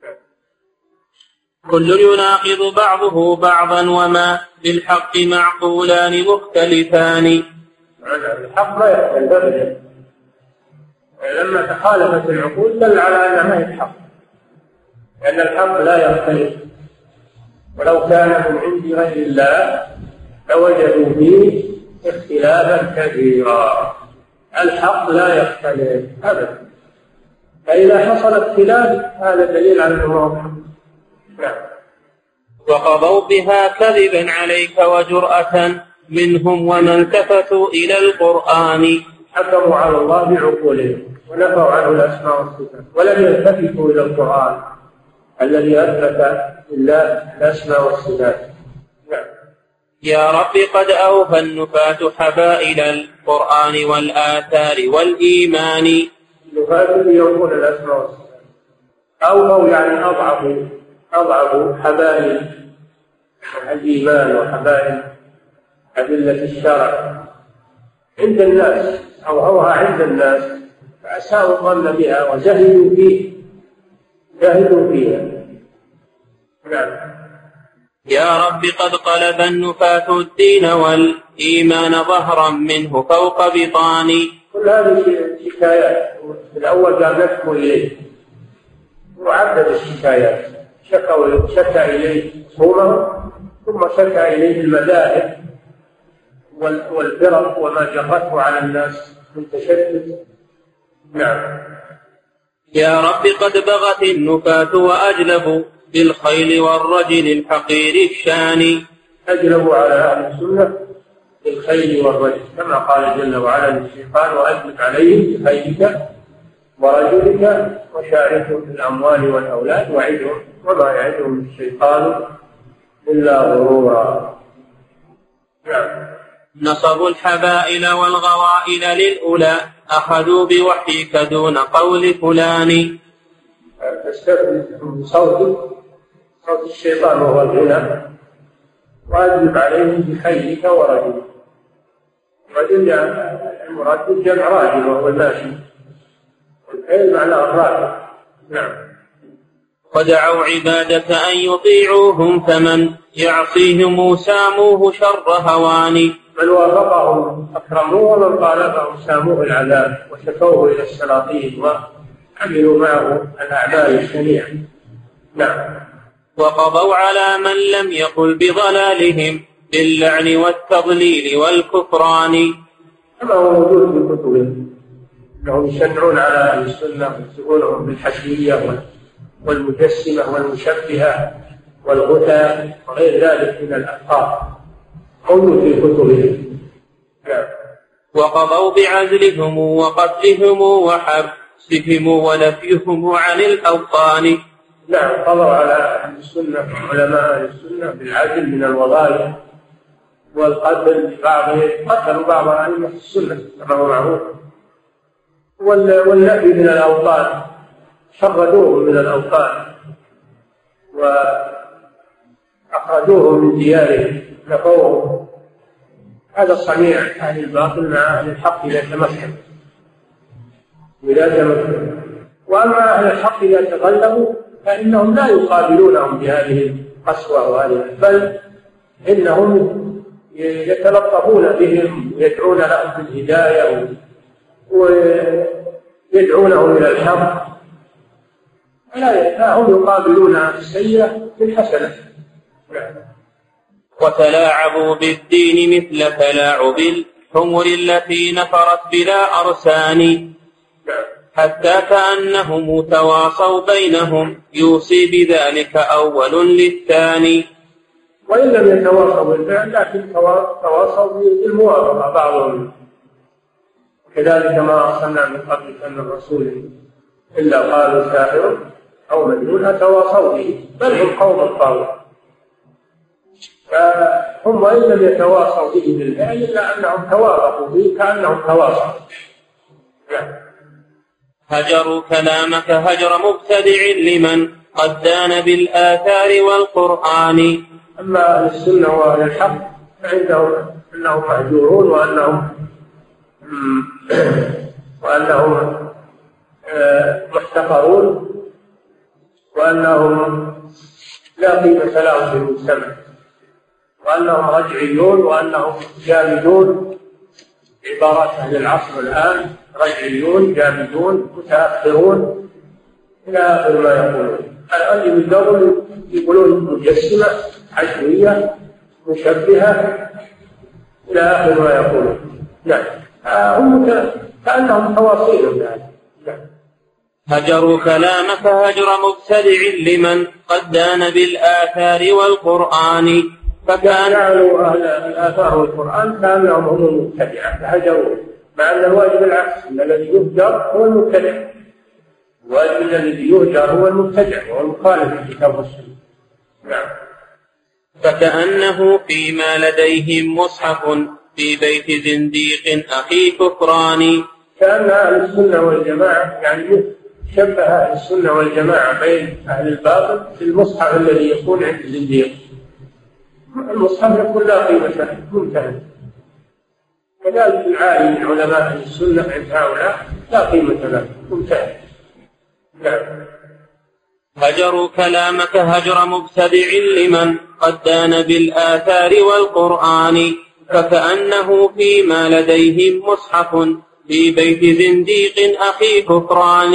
كل يناقض بعضه بعضا وما بالحق معقولان مختلفان. الحق لا يختلف أبدا، لما تخالفت العقول دل على أنها ما هي الحق، لأن الحق لا يختلف، ولو كان من عند غير الله لوجدوا فيه اختلافا كثيرا. الحق لا يختلف أبدا، فإذا حصل اختلاف هذا دليل على أنه نعم. وقضوا بها كذبا عليك وجرأة منهم وما التفتوا إلى القرآن. حكموا على الله بعقولهم ونفوا عنه الأسماء والصفات ولم يلتفتوا إلى القرآن الذي أثبت لله الأسماء والصفات. نعم. يا رب قد أوفى النفاة حبائل القرآن والآثار والإيمان. النفاة يوفون الأسماء والصفات أو أو يعني أضعفوا أضعفوا حبائل الإيمان وحبائل أدلة الشرع عند الناس أو أوها عند الناس، فأساءوا الظن بها وجهلوا فيه جهلوا فيها. نعم. يا رب قد قلب النفاة الدين والإيمان ظهرا منه فوق بطاني. كل هذه الشكايات في الأول قال نشكو إليه وعدد الشكايات، شكوا شكا إليه صومه ثم شكا إليه المذاهب والفرق وما جرته على الناس من تشدد. نعم. يا رب قد بغت النفاة وأجلبوا بالخيل والرجل الحقير الشان. أجلبوا على أهل السنة بالخيل والرجل كما قال جل وعلا للشيطان وأجلب عليهم بخيلك ورجلك وشاركهم في الأموال والأولاد وعدهم وما يعدهم الشيطان إلا غرورا. نعم. نصبوا الحبائل والغوائل للأولى أخذوا بوحيك دون قول فلان. تستفد صوت صوت الشيطان وهو الغنى واجلب عليهم بخيلك ورجلك. رجل المراد بالجمع راجل وهو الماشي، والخيل معناه الراجل. نعم. ودعوا عبادك أن يطيعوهم فمن يعصيهم ساموه شر هوان. من وافقهم أكرموه ومن خالفهم ساموه العذاب وشكوه إلى السلاطين وعملوا معه الأعمال الشنيعة. نعم. وقضوا على من لم يقل بضلالهم باللعن والتضليل والكفران. كما هو موجود في كتبهم أنهم يشنعون على أهل السنة ويسمونهم بالحشوية والمجسمة والمشبهة والغثاء وغير ذلك من الألقاب موجود في كتبهم. وقضوا بعزلهم وقتلهم وحبسهم ونفيهم عن الأوطان. نعم، قضوا على أهل السنة علماء أهل السنة بالعزل من الوظائف والقتل بعضهم، قتلوا بعض أئمة السنة كما هو معروف، والنفي من الأوطان، شردوهم من الأوطان وأخرجوهم من ديارهم، نفوهم. هذا صنيع أهل الباطل مع أهل الحق إذا تمكن وإذا تمكن. وأما أهل الحق إذا تغلبوا فإنهم لا يقابلونهم بهذه القسوة وهذه، بل إنهم يتلطفون بهم ويدعون لهم بالهداية ويدعونهم إلى الحق، لا هم يقابلون السيئة بالحسنة. وتلاعبوا بالدين مثل تلاعب الحمر التي نفرت بلا أرسان، حتى كأنهم تواصوا بينهم يوصي بذلك أول للثاني. وإن لم يتواصوا بالفعل لكن تواصوا بالموافقة بعضهم، كذلك ما أرسلنا من قبلك من الرسول إلا قالوا ساحر أو مجنون أتواصوا به، بل هم قوم طاغون. فهم وإن لم يتواصوا به بالفعل إلا أنهم توافقوا به كأنهم تواصوا. هجروا كلامك هجر مبتدع لمن قد دان بالآثار والقرآن. أما أهل السنة وأهل الحق فعندهم أنهم مهجورون وأنهم وأنهم محتقرون وأنهم لا قيمة لهم في المجتمع، وأنهم رجعيون وأنهم جامدون، عبارات أهل العصر الآن، رجعيون جامدون متأخرون إلى آخر ما يقولون. الآن من قبل يقولون مجسمة عشوية مشبهة إلى آخر ما يقولون. نعم، هم كأنهم تواصيل يعني. نعم. هجروا كلامك هجر مبتدع لمن قد دان بالآثار والقرآن، فكان جعلوا أهل الآثار والقرآن كأنهم هم المبتدعة فهجروا، مع أن الواجب العكس، أن الذي يهجر هو المبتدع، الواجب الذي يهجر هو المبتدع وهو المخالف للكتاب والسنة. نعم. فكأنه فيما لديهم مصحف في بيت زنديق أخي كفران. كأن أهل السنة والجماعة يعني شبه أهل السنة والجماعة بين أهل الباطل في المصحف الذي يكون عند الزنديق. المصحف يكون لا قيمة له، منتهى. كذلك العالم من علماء أهل السنة عند هؤلاء لا قيمة له، منتهى. نعم. هجروا كلامك هجر مبتدع لمن قد دان بالآثار والقرآن، فكأنه فيما لديهم مصحف في بيت زنديق أخي كفران،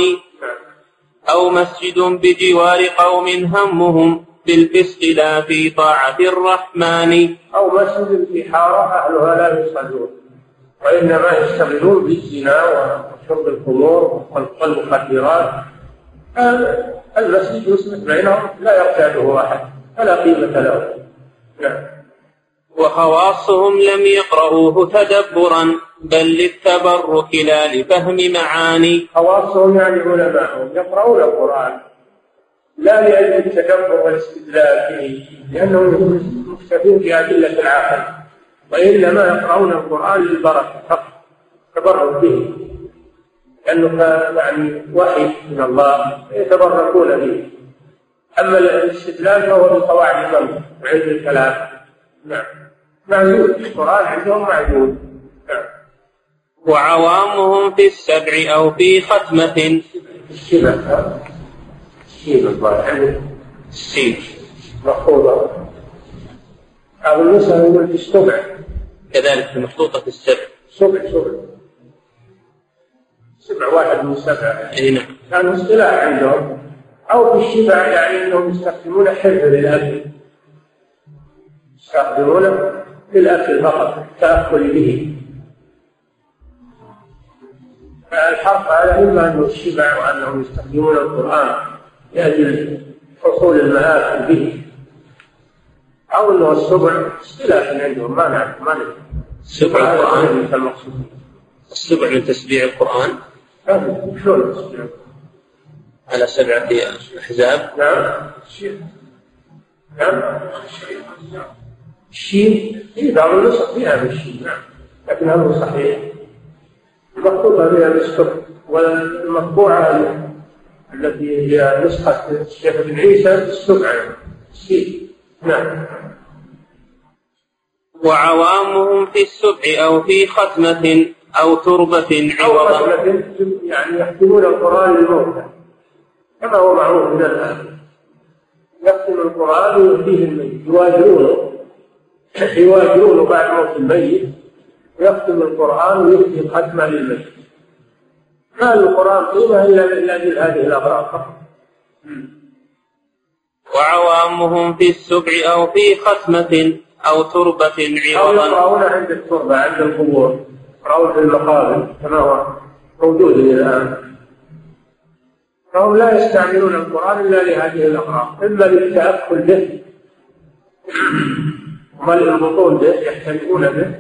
أو مسجد بجوار قوم همهم بالفسق لا في طاعة الرحمن، أو مسجد في حارة أهلها لا يصلون وإنما يشتغلون بالزنا وشرب الخمور والمخدرات. المسجد يصبح بينهم لا يرتاده أحد فلا قيمة له. نعم. وخواصهم لم يقرؤوه تدبرا بل للتبرك لا لفهم معاني. خواصهم يعني علماءهم يقرؤون القرآن لا لأجل التدبر والاستدلال به، لأنهم مكتفين بأدلة العقل، وإنما يقرؤون القرآن للبركة فقط، تبرك به، لأنه يعني وحي من الله يتبركون به. أما الاستدلال فهو بقواعد المنطق وعلم الكلام. نعم. معدود القرآن عندهم معدود. نعم. وعوامهم في السبع أو في ختمة. الشبه الشيب الظاهر السين مخطوطة، أو المسلم يقول في السبع، كذلك في مخطوطة السبع. سبع سبع سبع واحد من سبع. أي نعم. كان اصطلاح عندهم. أو في الشبع يعني أنهم يستخدمون حفظ للأكل، يستخدمونه للأكل فقط التأكل به. فالحق على إما أنه الشبع وأنهم يستخدمون القرآن لأجل حصول المآكل به، أو أنه السبع اصطلاح عندهم ما نعرف ما نعرف سبع القرآن المقصود. السبع من تسبيع القرآن؟ شلون تسبيع؟ على سبعة أحزاب. نعم. نعم. الشين إيه بعض النسخ فيها بالشين، نعم، لكن هذا صحيح. المخطوطة فيها بالسبع، والمطبوعة التي هي نسخة الشيخ ابن عيسى السبع الشين. نعم. وعوامهم في السبع أو في ختمة أو تربة عوضا. أو ختمة يعني يختمون القرآن للموتى كما هو معروف من الآن، يختم القرآن ويؤتيه الميت، يواجهونه يواجهونه بعد موت الميت، يختم القرآن ويؤتي ختمة للميت. ما القرآن قيمة إلا لأجل هذه الأغراض فقط. وعوامهم في السبع أو في ختمة أو تربة عوضا. أو يقرؤون عند التربة عند القبور، يقرؤون في المقابر كما هو موجود الآن. فهم لا يستعملون القرآن إلا لهذه الأغراض، إما للتأكل به وملء البطون به يحتملون به،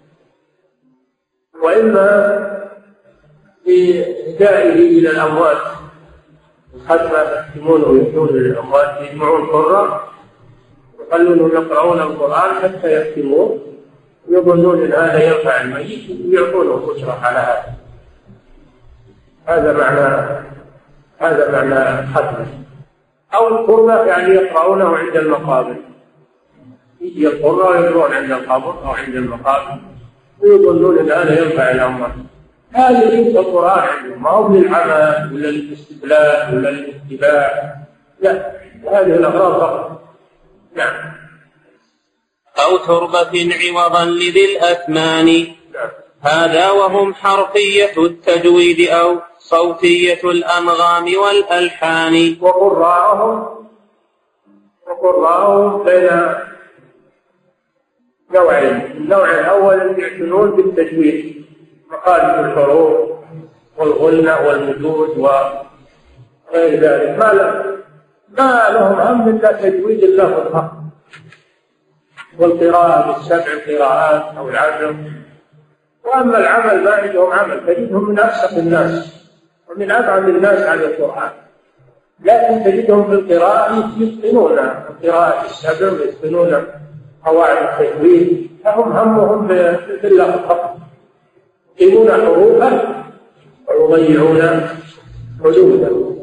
وإما بإهدائه إلى الأموات، الختمة يختمونه ويهدون للأموات، يجمعون قرة يخلونهم يقرؤون القرآن حتى يختموه ويظنون أن هذا ينفع الميت ويعطونه أجرة على هذا. هذا معنى هذا معنى الختمة. أو القرة يعني يقرؤونه عند المقابر، يجي القرة ويقرؤون عند القبر أو عند المقابر ويظنون أن هذا ينفع الأموات. هذا ليس القرآن عندهم، ما هو للعمل ولا للاستدلال ولا للاتباع، لا، هذه الأغراض فقط. نعم. أو تربة عوضا لذي الأثمان. نعم. هذا وهم حرفية التجويد أو صوتية الأنغام والألحان. وقراءهم وقراءهم بين نوعين. النوع الأول يعتنون بالتجويد، مخارج الحروف والغنة والمدود وغير ذلك، ما لهم ما لهم هم إلا تجويد اللفظ فقط، والقراءة بالسبع قراءات أو العشر. وأما العمل ما عندهم عمل، تجدهم من أفسق الناس ومن أبعد الناس عن القرآن، لكن تجدهم في القراءة يتقنون القراءة السبع ويتقنون قواعد التجويد، فهم همهم باللفظ فقط، يتقنون حروفا ويضيعون حدودا.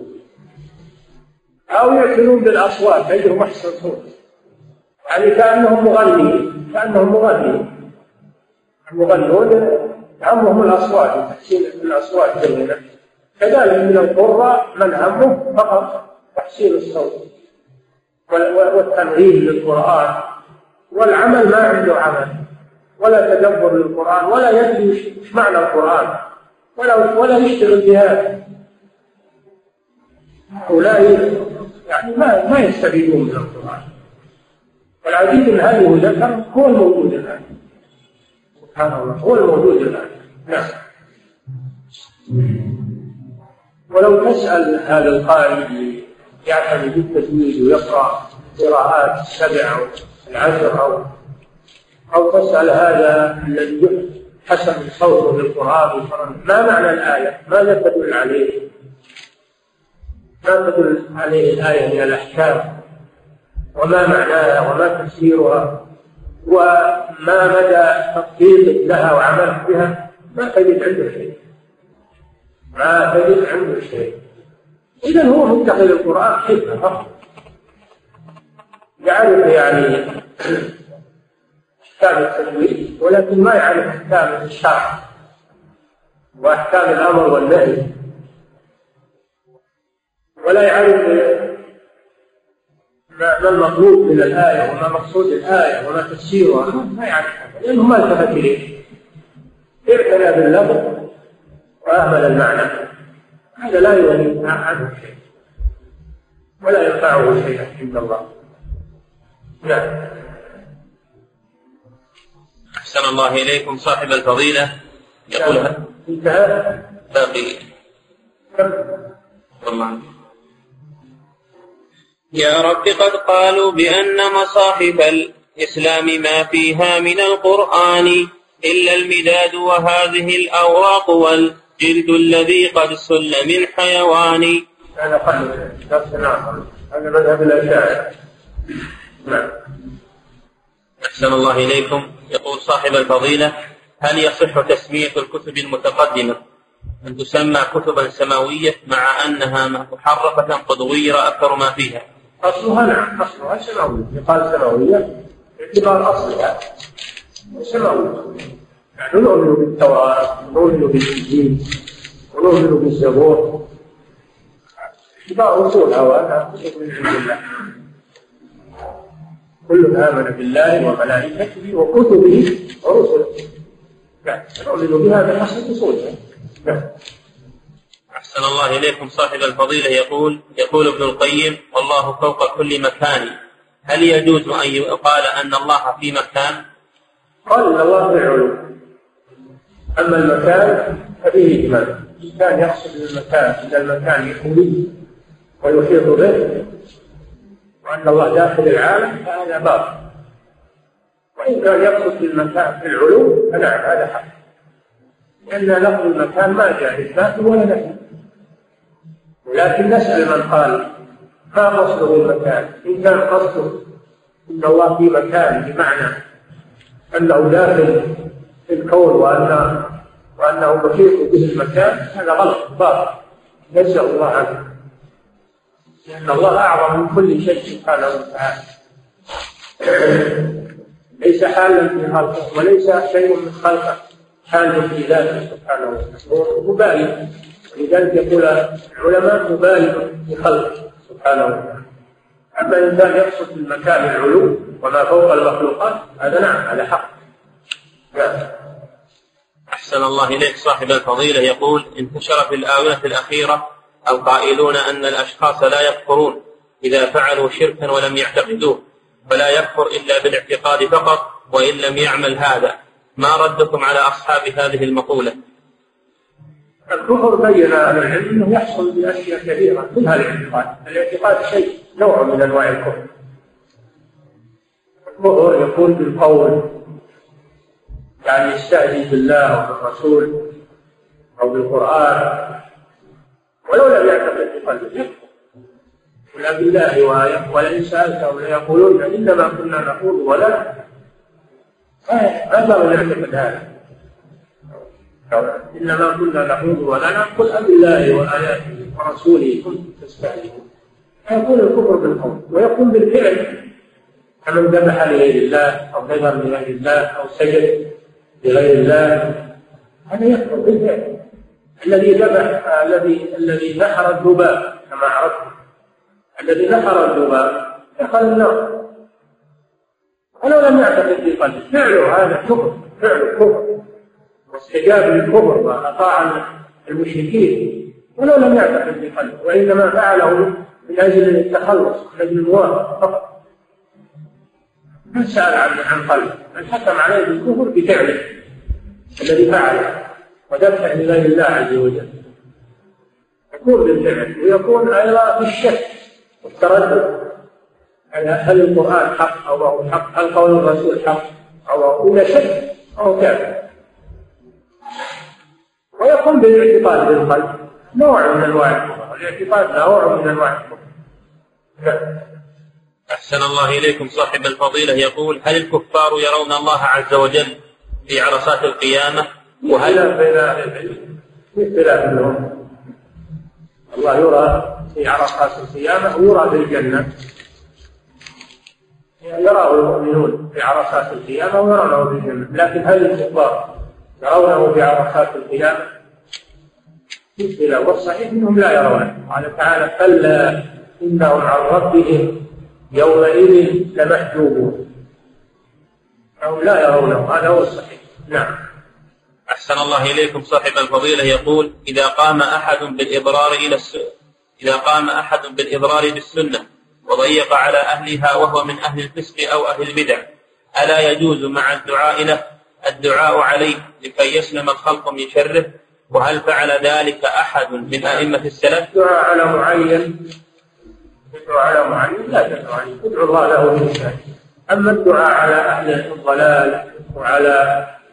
أو يعتنون بالأصوات، تجدهم أحسن صوت، يعني كأنهم مغنيين كأنهم مغنيين المغنون همهم الأصوات، تحسين الأصوات جميعا. كذلك من القراء من همه فقط تحسين الصوت والتنغيم للقرآن، والعمل ما عنده عمل ولا تدبر للقرآن ولا يدري ايش معنى القرآن ولا ولا يشتغل بهذا. هؤلاء يعني ما ما يستفيدون من القرآن. والعجيب ان هذه ذكر هو الموجود الآن، سبحان الله، هو الموجود الآن. نعم. ولو تسأل هذا القارئ اللي يعتني بالتجويد ويقرأ قراءات السبع أو العشر أو أو تسأل هذا الذي حسن صوته للقرآن ما معنى الآية؟ ماذا تدل عليه؟ ما تدل عليه الآية من الأحكام؟ وما معناها وما تفسيرها وما مدى تطبيقك لها وعملك بها؟ ما تجد عنده شيء، ما تجد عنده شيء. إذن هو متخذ القرآن حكمة فقط، يعرف يعني أحكام التجويد ولكن ما يعرف أحكام الشرع وأحكام الأمر والنهي، ولا يعرف ما المطلوب من الآية وما مقصود الآية وما تفسيرها، ما يعرف لأنه ما التفت إليه، اعتنى باللفظ وأهمل المعنى. هذا لا يغني عنه شيء ولا ينفعه شيئا عند الله. نعم. أحسن الله إليكم. صاحب الفضيلة يقول انتهى باقي والله. يا رب قد قالوا بأن مصاحف الإسلام ما فيها من القرآن إلا المداد وهذه الأوراق والجلد الذي قد سل من حيوان. هذا قلب درس آخر، هذا مذهب الأشاعرة. نعم. أحسن الله إليكم. يقول صاحب الفضيلة: هل يصح تسمية الكتب المتقدمة أن تسمى كتبا سماوية مع أنها محرفة قد غير أكثر ما فيها؟ أصلها نعم، أصلها سماوية، يقال سماوية باعتبار أصلها سماوية. يعني نؤمن بالتوراة ونؤمن بالإنجيل ونؤمن بالزبور باعتبار أصولها وأنها كتب من عند الله. كل آمن بالله وملائكته وكتبه ورسله، نؤمن بها بحسب أصولها. أحسن الله إليكم. صاحب الفضيلة يقول يقول ابن القيم: والله فوق كل مكان، هل يجوز أن يقال أن الله في مكان؟ قال إن الله في العلو، أما المكان ففيه إجمال. كان يقصد المكان إذا المكان يحويه ويحيط به وأن الله داخل العالم فهذا باطل، وإن كان يقصد المكان في العلو فنعم هذا حق، لأن لفظ المكان ما جاء إثبات ولا نفي. ولكن نسأل من قال ما قصده المكان، إن كان قصده إن الله في مكان بمعنى أنه داخل في الكون وأنه, وأنه محيط به المكان، هذا غلط باطل نسأل الله عنه، لأن الله أعظم من كل شيء سبحانه وتعالى، ليس حالا في خلقه وليس شيء من خلقه حال في ذاته سبحانه وتعالى، هو مبالغ، ولذلك يقول العلماء مبالغ في خلقه سبحانه وتعالى. أما إن كان يقصد المكان العلو وما فوق المخلوقات هذا نعم هذا حق. نعم. أحسن الله إليك. صاحب الفضيلة يقول: انتشر في الآونة الأخيرة القائلون أن الأشخاص لا يكفرون إذا فعلوا شركا ولم يعتقدوه، فلا يكفر إلا بالاعتقاد فقط وإن لم يعمل هذا، ما ردكم على أصحاب هذه المقولة؟ الكفر بين أهل العلم أنه يحصل بأشياء كثيرة منها الاعتقاد. الاعتقاد شيء نوع من أنواع الكفر. الكفر يكون بالقول، يعني يستهزئ بالله أو بالرسول أو بالقرآن ولو لم يعتقد بقلبه يكفر. ولا بالله وآية ولئن سألتهم ليقولون إنما كنا نخوض ونلعب. هذا يعتقد هذا، إنما كنا نخوض ونلعب، قل أبالله وآياته ورسوله كنتم تستهزئون. يكون الكفر بالقول ويكون بالفعل، كمن ذبح لغير الله أو نذر لغير الله أو سجد لغير الله، هذا يكفر بالفعل. الذي ذبح الذي الذي نحر الذباب كما عرفت، الذي نحر الذباب دخل النار ولو لم يعتقد في قلبه، فعله هذا كفر، فعله كفر واستجاب للكفر وأطاع المشركين ولو لم يعتقد في قلبه، وإنما فعله من أجل التخلص من أجل الموافقة فقط، من سأل عن عن قلبه، من حكم عليه بالكفر بفعله الذي فعله ودفع لغير الله عز وجل. يكون بالفعل ويكون أيضا بالشك والتردد، هل القرآن حق أو هو حق، هل قول الرسول حق أو هو إلى شك أو كافر. ويكون بالاعتقاد بالقلب نوع من أنواع الكفر، الاعتقاد نوع من أنواع الكفر. أحسن الله إليكم. صاحب الفضيلة يقول: هل الكفار يرون الله عز وجل في عرصات القيامة؟ وهل بين أهل العلم اختلاف لهم، الله يرى في عرصات القيامة ويرى في الجنة، يراه المؤمنون في عرصات القيامة ويرونه في الجنة، لكن هل الكفار يرونه في عرصات القيامة؟ اختلاف، والصحيح انهم لا يرونه. قال تعالى: كلا انهم عن ربهم يومئذ لمحجوبون، أو لا يرونه، هذا هو الصحيح. نعم. أحسن الله إليكم. صاحب الفضيلة يقول: إذا قام أحد بالإضرار إلى السنة إذا قام أحد بالإضرار بالسنة وضيق على أهلها وهو من أهل الفسق أو أهل البدع، ألا يجوز مع الدعاء له الدعاء عليه لكي يسلم الخلق من شره؟ وهل فعل ذلك أحد من أئمة السلف؟ الدعاء على معين الدعاء على معين لا تدعو عليه، ادعو الله له من شأنه. أما الدعاء على أهل الضلال وعلى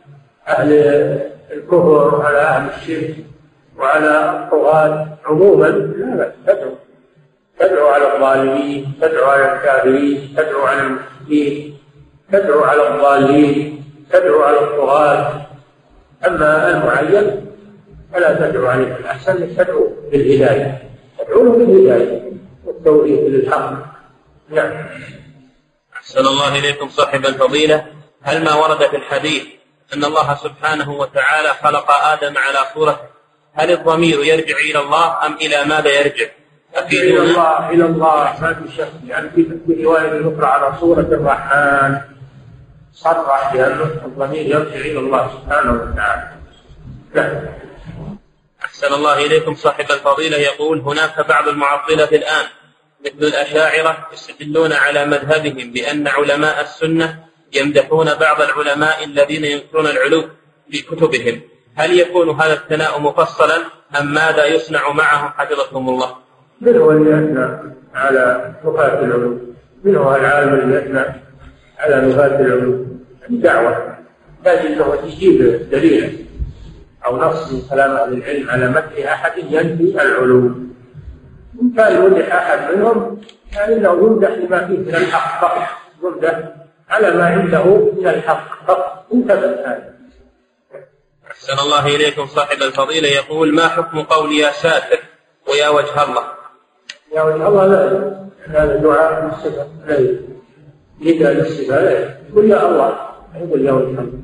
أهل الكفر وعلى أهل الشرك وعلى الطغاة عموما، لا بأس تدعو تدعو على الظالمين، تدعو على الكافرين، تدعو على المشركين، تدعو على الضالين، تدعو على الطغاة. أما المعين فلا تدعو عليه، الأحسن أن تدعو بالهداية، تدعو له بالهداية والتوفيق للحق. نعم. أحسن الله إليكم صاحب الفضيلة، هل ما ورد في الحديث أن الله سبحانه وتعالى خلق آدم على صورته، هل الضمير يرجع إلى الله أم إلى ماذا يرجع؟ إلى الله، إلى الله ما في شك، يعني في رواية أخرى على صورة الرحمن صرح بأن الضمير يرجع إلى الله سبحانه وتعالى. نعم. أحسن الله إليكم صاحب الفضيلة، يقول هناك بعض المعطلة الآن مثل الأشاعرة يستدلون على مذهبهم بأن علماء السنة يمدحون بعض العلماء الذين ينكرون العلو في كتبهم، هل يكون هذا الثناء مفصلا أم ماذا يصنع معهم حفظكم الله؟ منه اللي يثنى على نفاة العلو، منه العالم اللي يثنى على نفاة العلو، الدعوة لازم أنه تجيب دليل أو نص من كلام أهل العلم على مدح أحد ينفي العلو. إن كان يمدح أحد منهم يعني أنه يمدح لما فيه من الحق فقط، يمدح على ما عنده من الحق فقط، انتبه هذا. أحسن الله إليكم صاحب الفضيلة، يقول ما حكم قول يا ساتر ويا وجه الله؟ يا وجه الله لا، هذا دعاء للصفة لا نداء للصفة لا، يقول يا الله يقول يا وجه الله.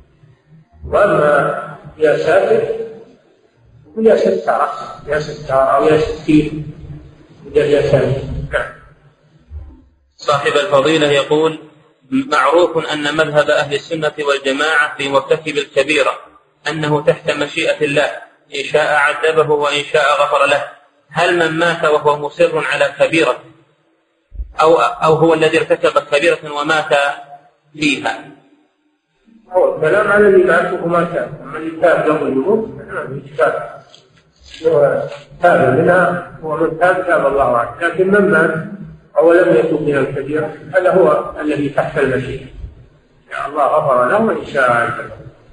وأما يا ساتر يقول يا ستار، يا ستار أو يا ستير، يقول يا ساتر. صاحب الفضيلة يقول معروف أن مذهب أهل السنة والجماعة في مرتكب الكبيرة أنه تحت مشيئة الله، إن شاء عذبه وإن شاء غفر له، هل من مات وهو مصر على كبيرة أو, أو هو الذي ارتكب كبيرة ومات فيها؟ هو الكلام على اللي مات وما كان، أما اللي تاب قبل الموت ما تاب، هو تاب منها، هو من تاب تاب الله عنه، لكن من مات أو لم يتوب من الكبيرة هذا هو الذي تحت المشيئة، يعني الله غفر له وإن شاء عذبه.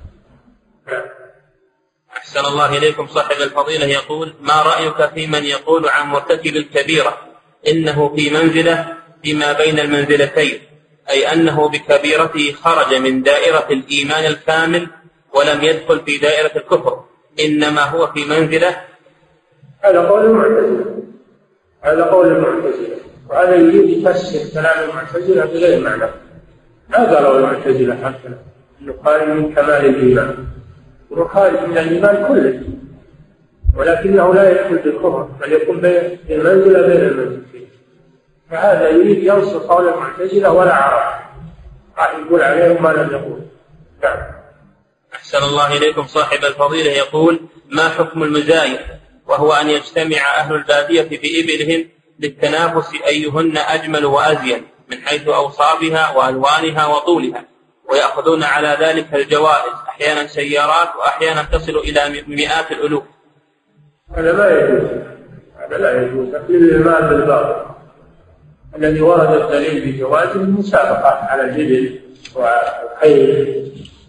أحسن الله إليكم صاحب الفضيلة، يقول ما رأيك في من يقول عن مرتكب الكبيرة إنه في منزلة فيما بين المنزلتين، أي أنه بكبيرته خرج من دائرة الإيمان الكامل ولم يدخل في دائرة الكفر، إنما هو في منزلة؟ هذا قول المعتزلة، هذا قول المعتزلة، وهذا يريد يفسر كلام المعتزلة بغير معنى. ما قالوا المعتزلة حتى إنه خارج من كمال الإيمان، هو خارج من الإيمان كله، ولكنه لا يدخل بالكفر بل يكون بين المنزلة بين المنزلتين. فهذا يريد ينصر قول المعتزلة ولا عرف، راح يقول عليهم ما لم يقول. نعم. أحسن الله إليكم صاحب الفضيلة، يقول ما حكم المزايا، وهو أن يجتمع أهل البادية بإبلهم للتنافس أيهن أجمل وأزين من حيث أوصافها وألوانها وطولها، ويأخذون على ذلك الجوائز، أحيانا سيارات وأحيانا تصل إلى مئات الألوف. هذا لا يجوز، هذا لا يجوز، تقليل المال بالباطل. الذي ورد الدليل بجواز المسابقات على الإبل والخيل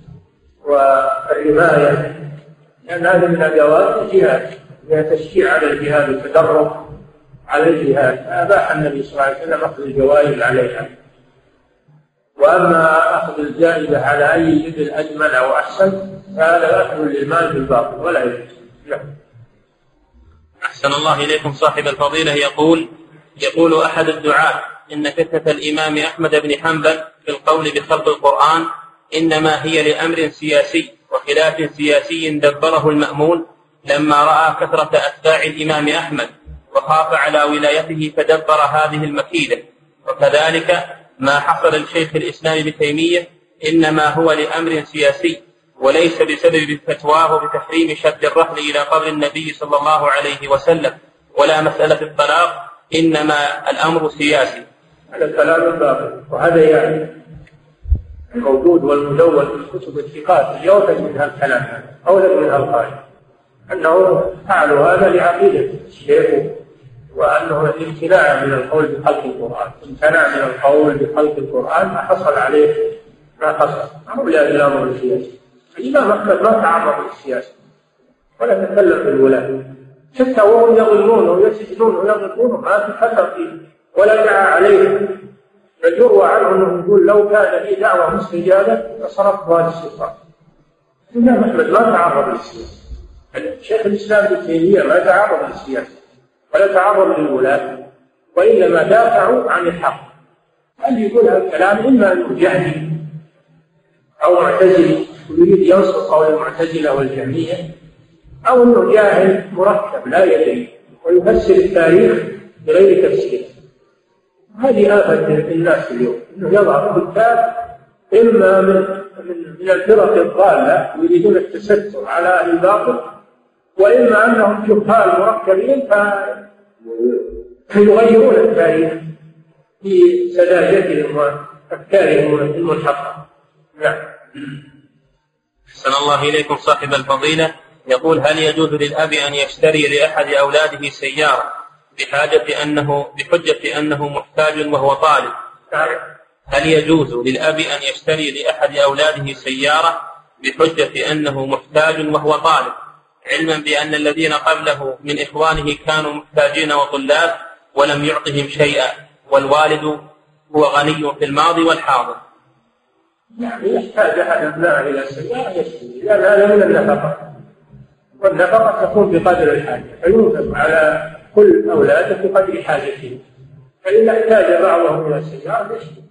والرماية، لأن هذه من أدوات الجهاد، هي تشجيع على الجهاد والتدرب على الجهاد، أباح النبي صلى الله عليه وسلم أخذ الجوائز عليها. وأما أخذ الجائزة على أي إبل أجمل أو أحسن فهذا أخذ للمال بالباطل ولا يجوز. أحسن الله إليكم صاحب الفضيلة، يقول يقول أحد الدعاة إن فتنة الإمام أحمد بن حنبل في القول بخلق القرآن إنما هي لأمر سياسي وخلاف سياسي دبره المأمون لما رأى كثرة أتباع الإمام أحمد وخاف على ولايته فدبر هذه المكيدة، وكذلك ما حصل لشيخ الإسلام ابن تيمية إنما هو لأمر سياسي وليس بسبب فتواه بتحريم شد الرحل إلى قبر النبي صلى الله عليه وسلم ولا مسألة الطلاق، إنما الأمر سياسي. هذا الكلام باطل، وهذا يعني الموجود والمدون في كتب الثقات يوجد من هذا الكلام أولد من هذا القائل أنه فعلوا هذا لعقيدة الشيخ، وأنه امتناع من القول بخلق القرآن، امتناع من القول بخلق القرآن ما حصل عليه ما حصل، هؤلاء الأمر السياسي. الإمام أحمد ما تعرض للسياسة ولا تكلم في الولاة، حتى وهم يظلمون ويسجنون ويضربون ما تكلم فيه ولا دعا عليه. يروى عنه أنه يقول لو كان لي دعوة مستجابة لصرفتها للسلطان. الإمام أحمد ما تعرض للسياسة. شيخ الإسلام ابن تيمية ما تعرض للسياسة ولا تعرض للولاة، وإنما دافعوا عن الحق. هل يقول هذا الكلام إما أنه جهلي أو معتزلي ويريد ينصر قول المعتزلة والجهمية، أو أنه جاهل مركب لا يدري ويفسر التاريخ بغير تفسير. هذه آفة الناس اليوم، أنه يضع كتاب إما من من الفرق الضالة يريدون التستر على أهل الباطل، وإما أنهم جهال مركبين فيغيرون التاريخ في سذاجتهم وأفكارهم المنحطة. نعم. أحسن الله إليكم صاحب الفضيلة يقول: هل يجوز للأب أن يشتري لأحد أولاده سيارة بحاجة أنه بحجة أنه محتاج وهو طالب؟ هل يجوز للأب أن يشتري لأحد أولاده سيارة بحجة أنه محتاج وهو طالب، علما بأن الذين قبله من إخوانه كانوا محتاجين وطلاب ولم يعطهم شيئا، والوالد هو غني في الماضي والحاضر؟ يعني يحتاج أحد أبنائه إلى سيارة يشتري، لأن هذا من النفقة، والنفقة تكون بقدر الحاجة، فينفق على كل أولاده بقدر حاجته. فإن احتاج بعضهم إلى سيارة يشتري،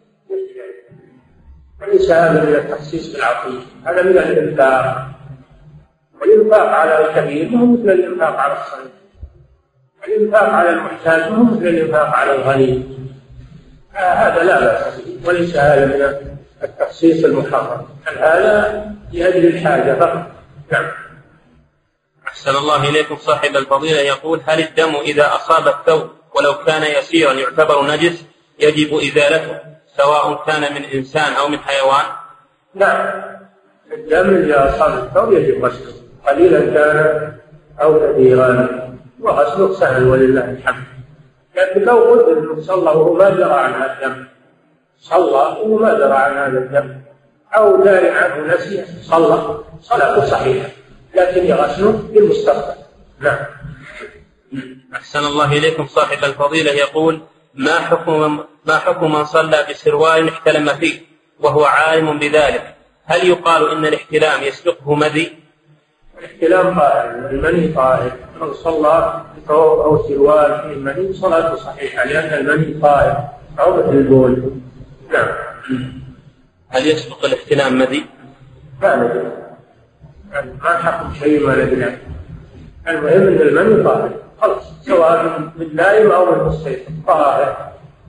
وليس هذا من التخصيص بالعطية، هذا من الإنفاق. والإنفاق على الكبير هو مثل الإنفاق على الصغير، والإنفاق على المحتاج هو مثل الإنفاق على الغني. آه هذا لا بأس به، وليس هذا من التخصيص المحرم، هذا لأجل الحاجة فقط. نعم. أحسن الله إليكم صاحب الفضيلة يقول: هل الدم إذا أصاب الثوب ولو كان يسيرا يعتبر نجس يجب إزالته سواء كان من إنسان أو من حيوان؟ نعم، الدم إذا أصاب الثوب يجب غسله، قليلا كان أو كثيرا، وغسله سهل ولله الحمد. لكن لو قلت أنه صلى وهو ما درى عن هذا الدم، صلى وهو ما درى عن هذا الدم، أو داري عنه نسي صلى، صلاته صحيحة، لكن يغسله بالمستقبل. نعم. أحسن الله إليكم صاحب الفضيلة يقول: ما حكم ما حكم من صلى بسروال احتلم فيه وهو عالم بذلك؟ هل يقال إن الاحتلام يسبقه مذي؟ الاحتلام طاهر، المني طاهر، من صلى بثوب أو سروال فيه مني صلاته صحيحة، لأن المني طاهر أو مثل البول. نعم. هل يسبق الاحتلام مذي؟ لا ندري، ما حكم شيء ما ندري. المهم أن المني طاهر خلاص، سواء من نائم أو من مستيقظ طاهر.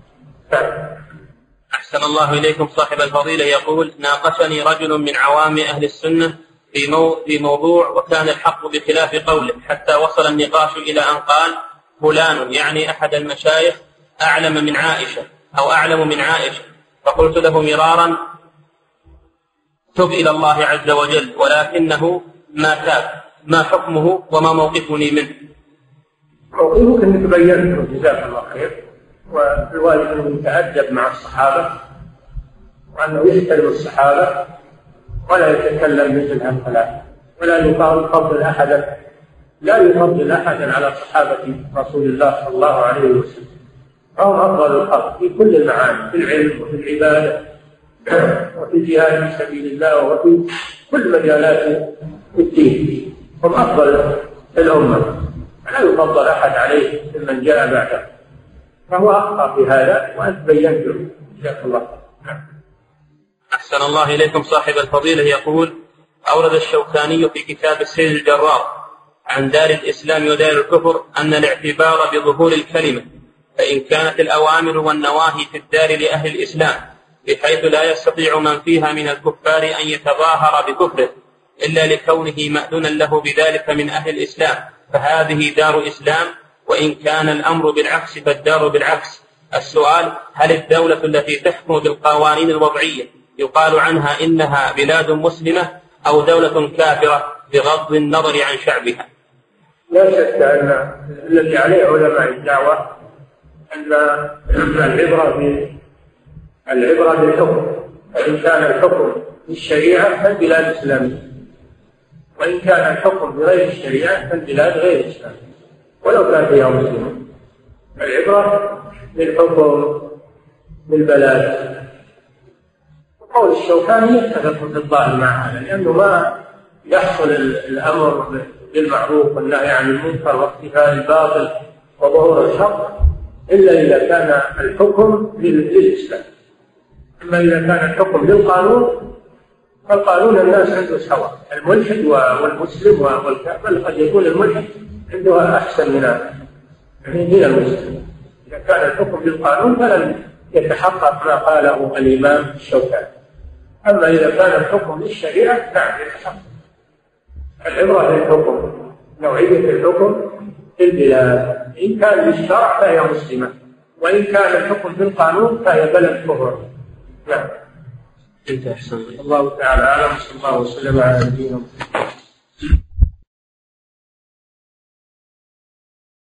أحسن الله إليكم صاحب الفضيلة يقول: ناقشني رجل من عوام أهل السنة في, مو في موضوع وكان الحق بخلاف قوله، حتى وصل النقاش إلى أن قال فلان يعني أحد المشايخ أعلم من عائشة أو أعلم من عائشة، فقلت له مرارا: تب إلى الله عز وجل، ولكنه ما تاب، ما حكمه وما موقفني منه؟ موقفك أنك بينته جزاك الله خير، والواجب أنه يتأدب مع الصحابة وأنه يحترم الصحابة ولا يتكلم مثل هالكلام، ولا يفضل أحدا لا يفضل أحدا على صحابة رسول الله صلى الله عليه وسلم، فهم أفضل الخلق في كل المعاني، في العلم وفي العبادة وفي الجهاد في سبيل الله وفي كل مجالات الدين، هم أفضل الأمة، لا يفضل أحد عليه ممن جاء بعده، فهو أخطأ في هذا وأنت بينته جزاك الله. أحسن الله إليكم صاحب الفضيلة يقول: أورد الشوكاني في كتاب السيد الجرار عن دار الإسلام ودار الكفر أن الاعتبار بظهور الكلمة، فإن كانت الأوامر والنواهي في الدار لأهل الإسلام بحيث لا يستطيع من فيها من الكفار أن يتظاهر بكفره إلا لكونه مأذونا له بذلك من أهل الإسلام، فهذه دار إسلام، وإن كان الأمر بالعكس فالدار بالعكس. السؤال: هل الدولة التي تحكم بالقوانين الوضعية يقال عنها إنها بلاد مسلمة أو دولة كافرة بغض النظر عن شعبها؟ لا شك أن الذي عليه علماء الدعوة أن العبرة العبرة بالحكم، فإن كان الحكم بالشريعة فالبلاد إسلامية، وإن كان الحكم بغير الشريعة فالبلاد غير إسلامية ولو كان فيها مسلمون. العبرة بالحكم بالبلاد. وقول الشوكاني يتفق في الظاهر مع هذا، لأنه ما يحصل الأمر بالمعروف والنهي عن المنكر واختفاء الباطل وظهور الحق إلا إذا كان الحكم للإسلام. أما إذا كان الحكم للقانون فالقانون الناس عنده سواء، الملحد والمسلم والكافر. قد يكون الملحد عنده أحسن من من المسلم. إذا كان الحكم للقانون فلن يتحقق ما قاله الإمام الشوكاني. أما إذا كان الحكم للشريعة نعم يتحقق. العبرة بالحكم، نوعية الحكم في البلاد. إن كان للشرع فهي مسلمة، وإن كان الحكم بالقانون فهي بلد كفر. نعم. الله تعالى أعلم. صلى الله وسلم على نبينا محمد.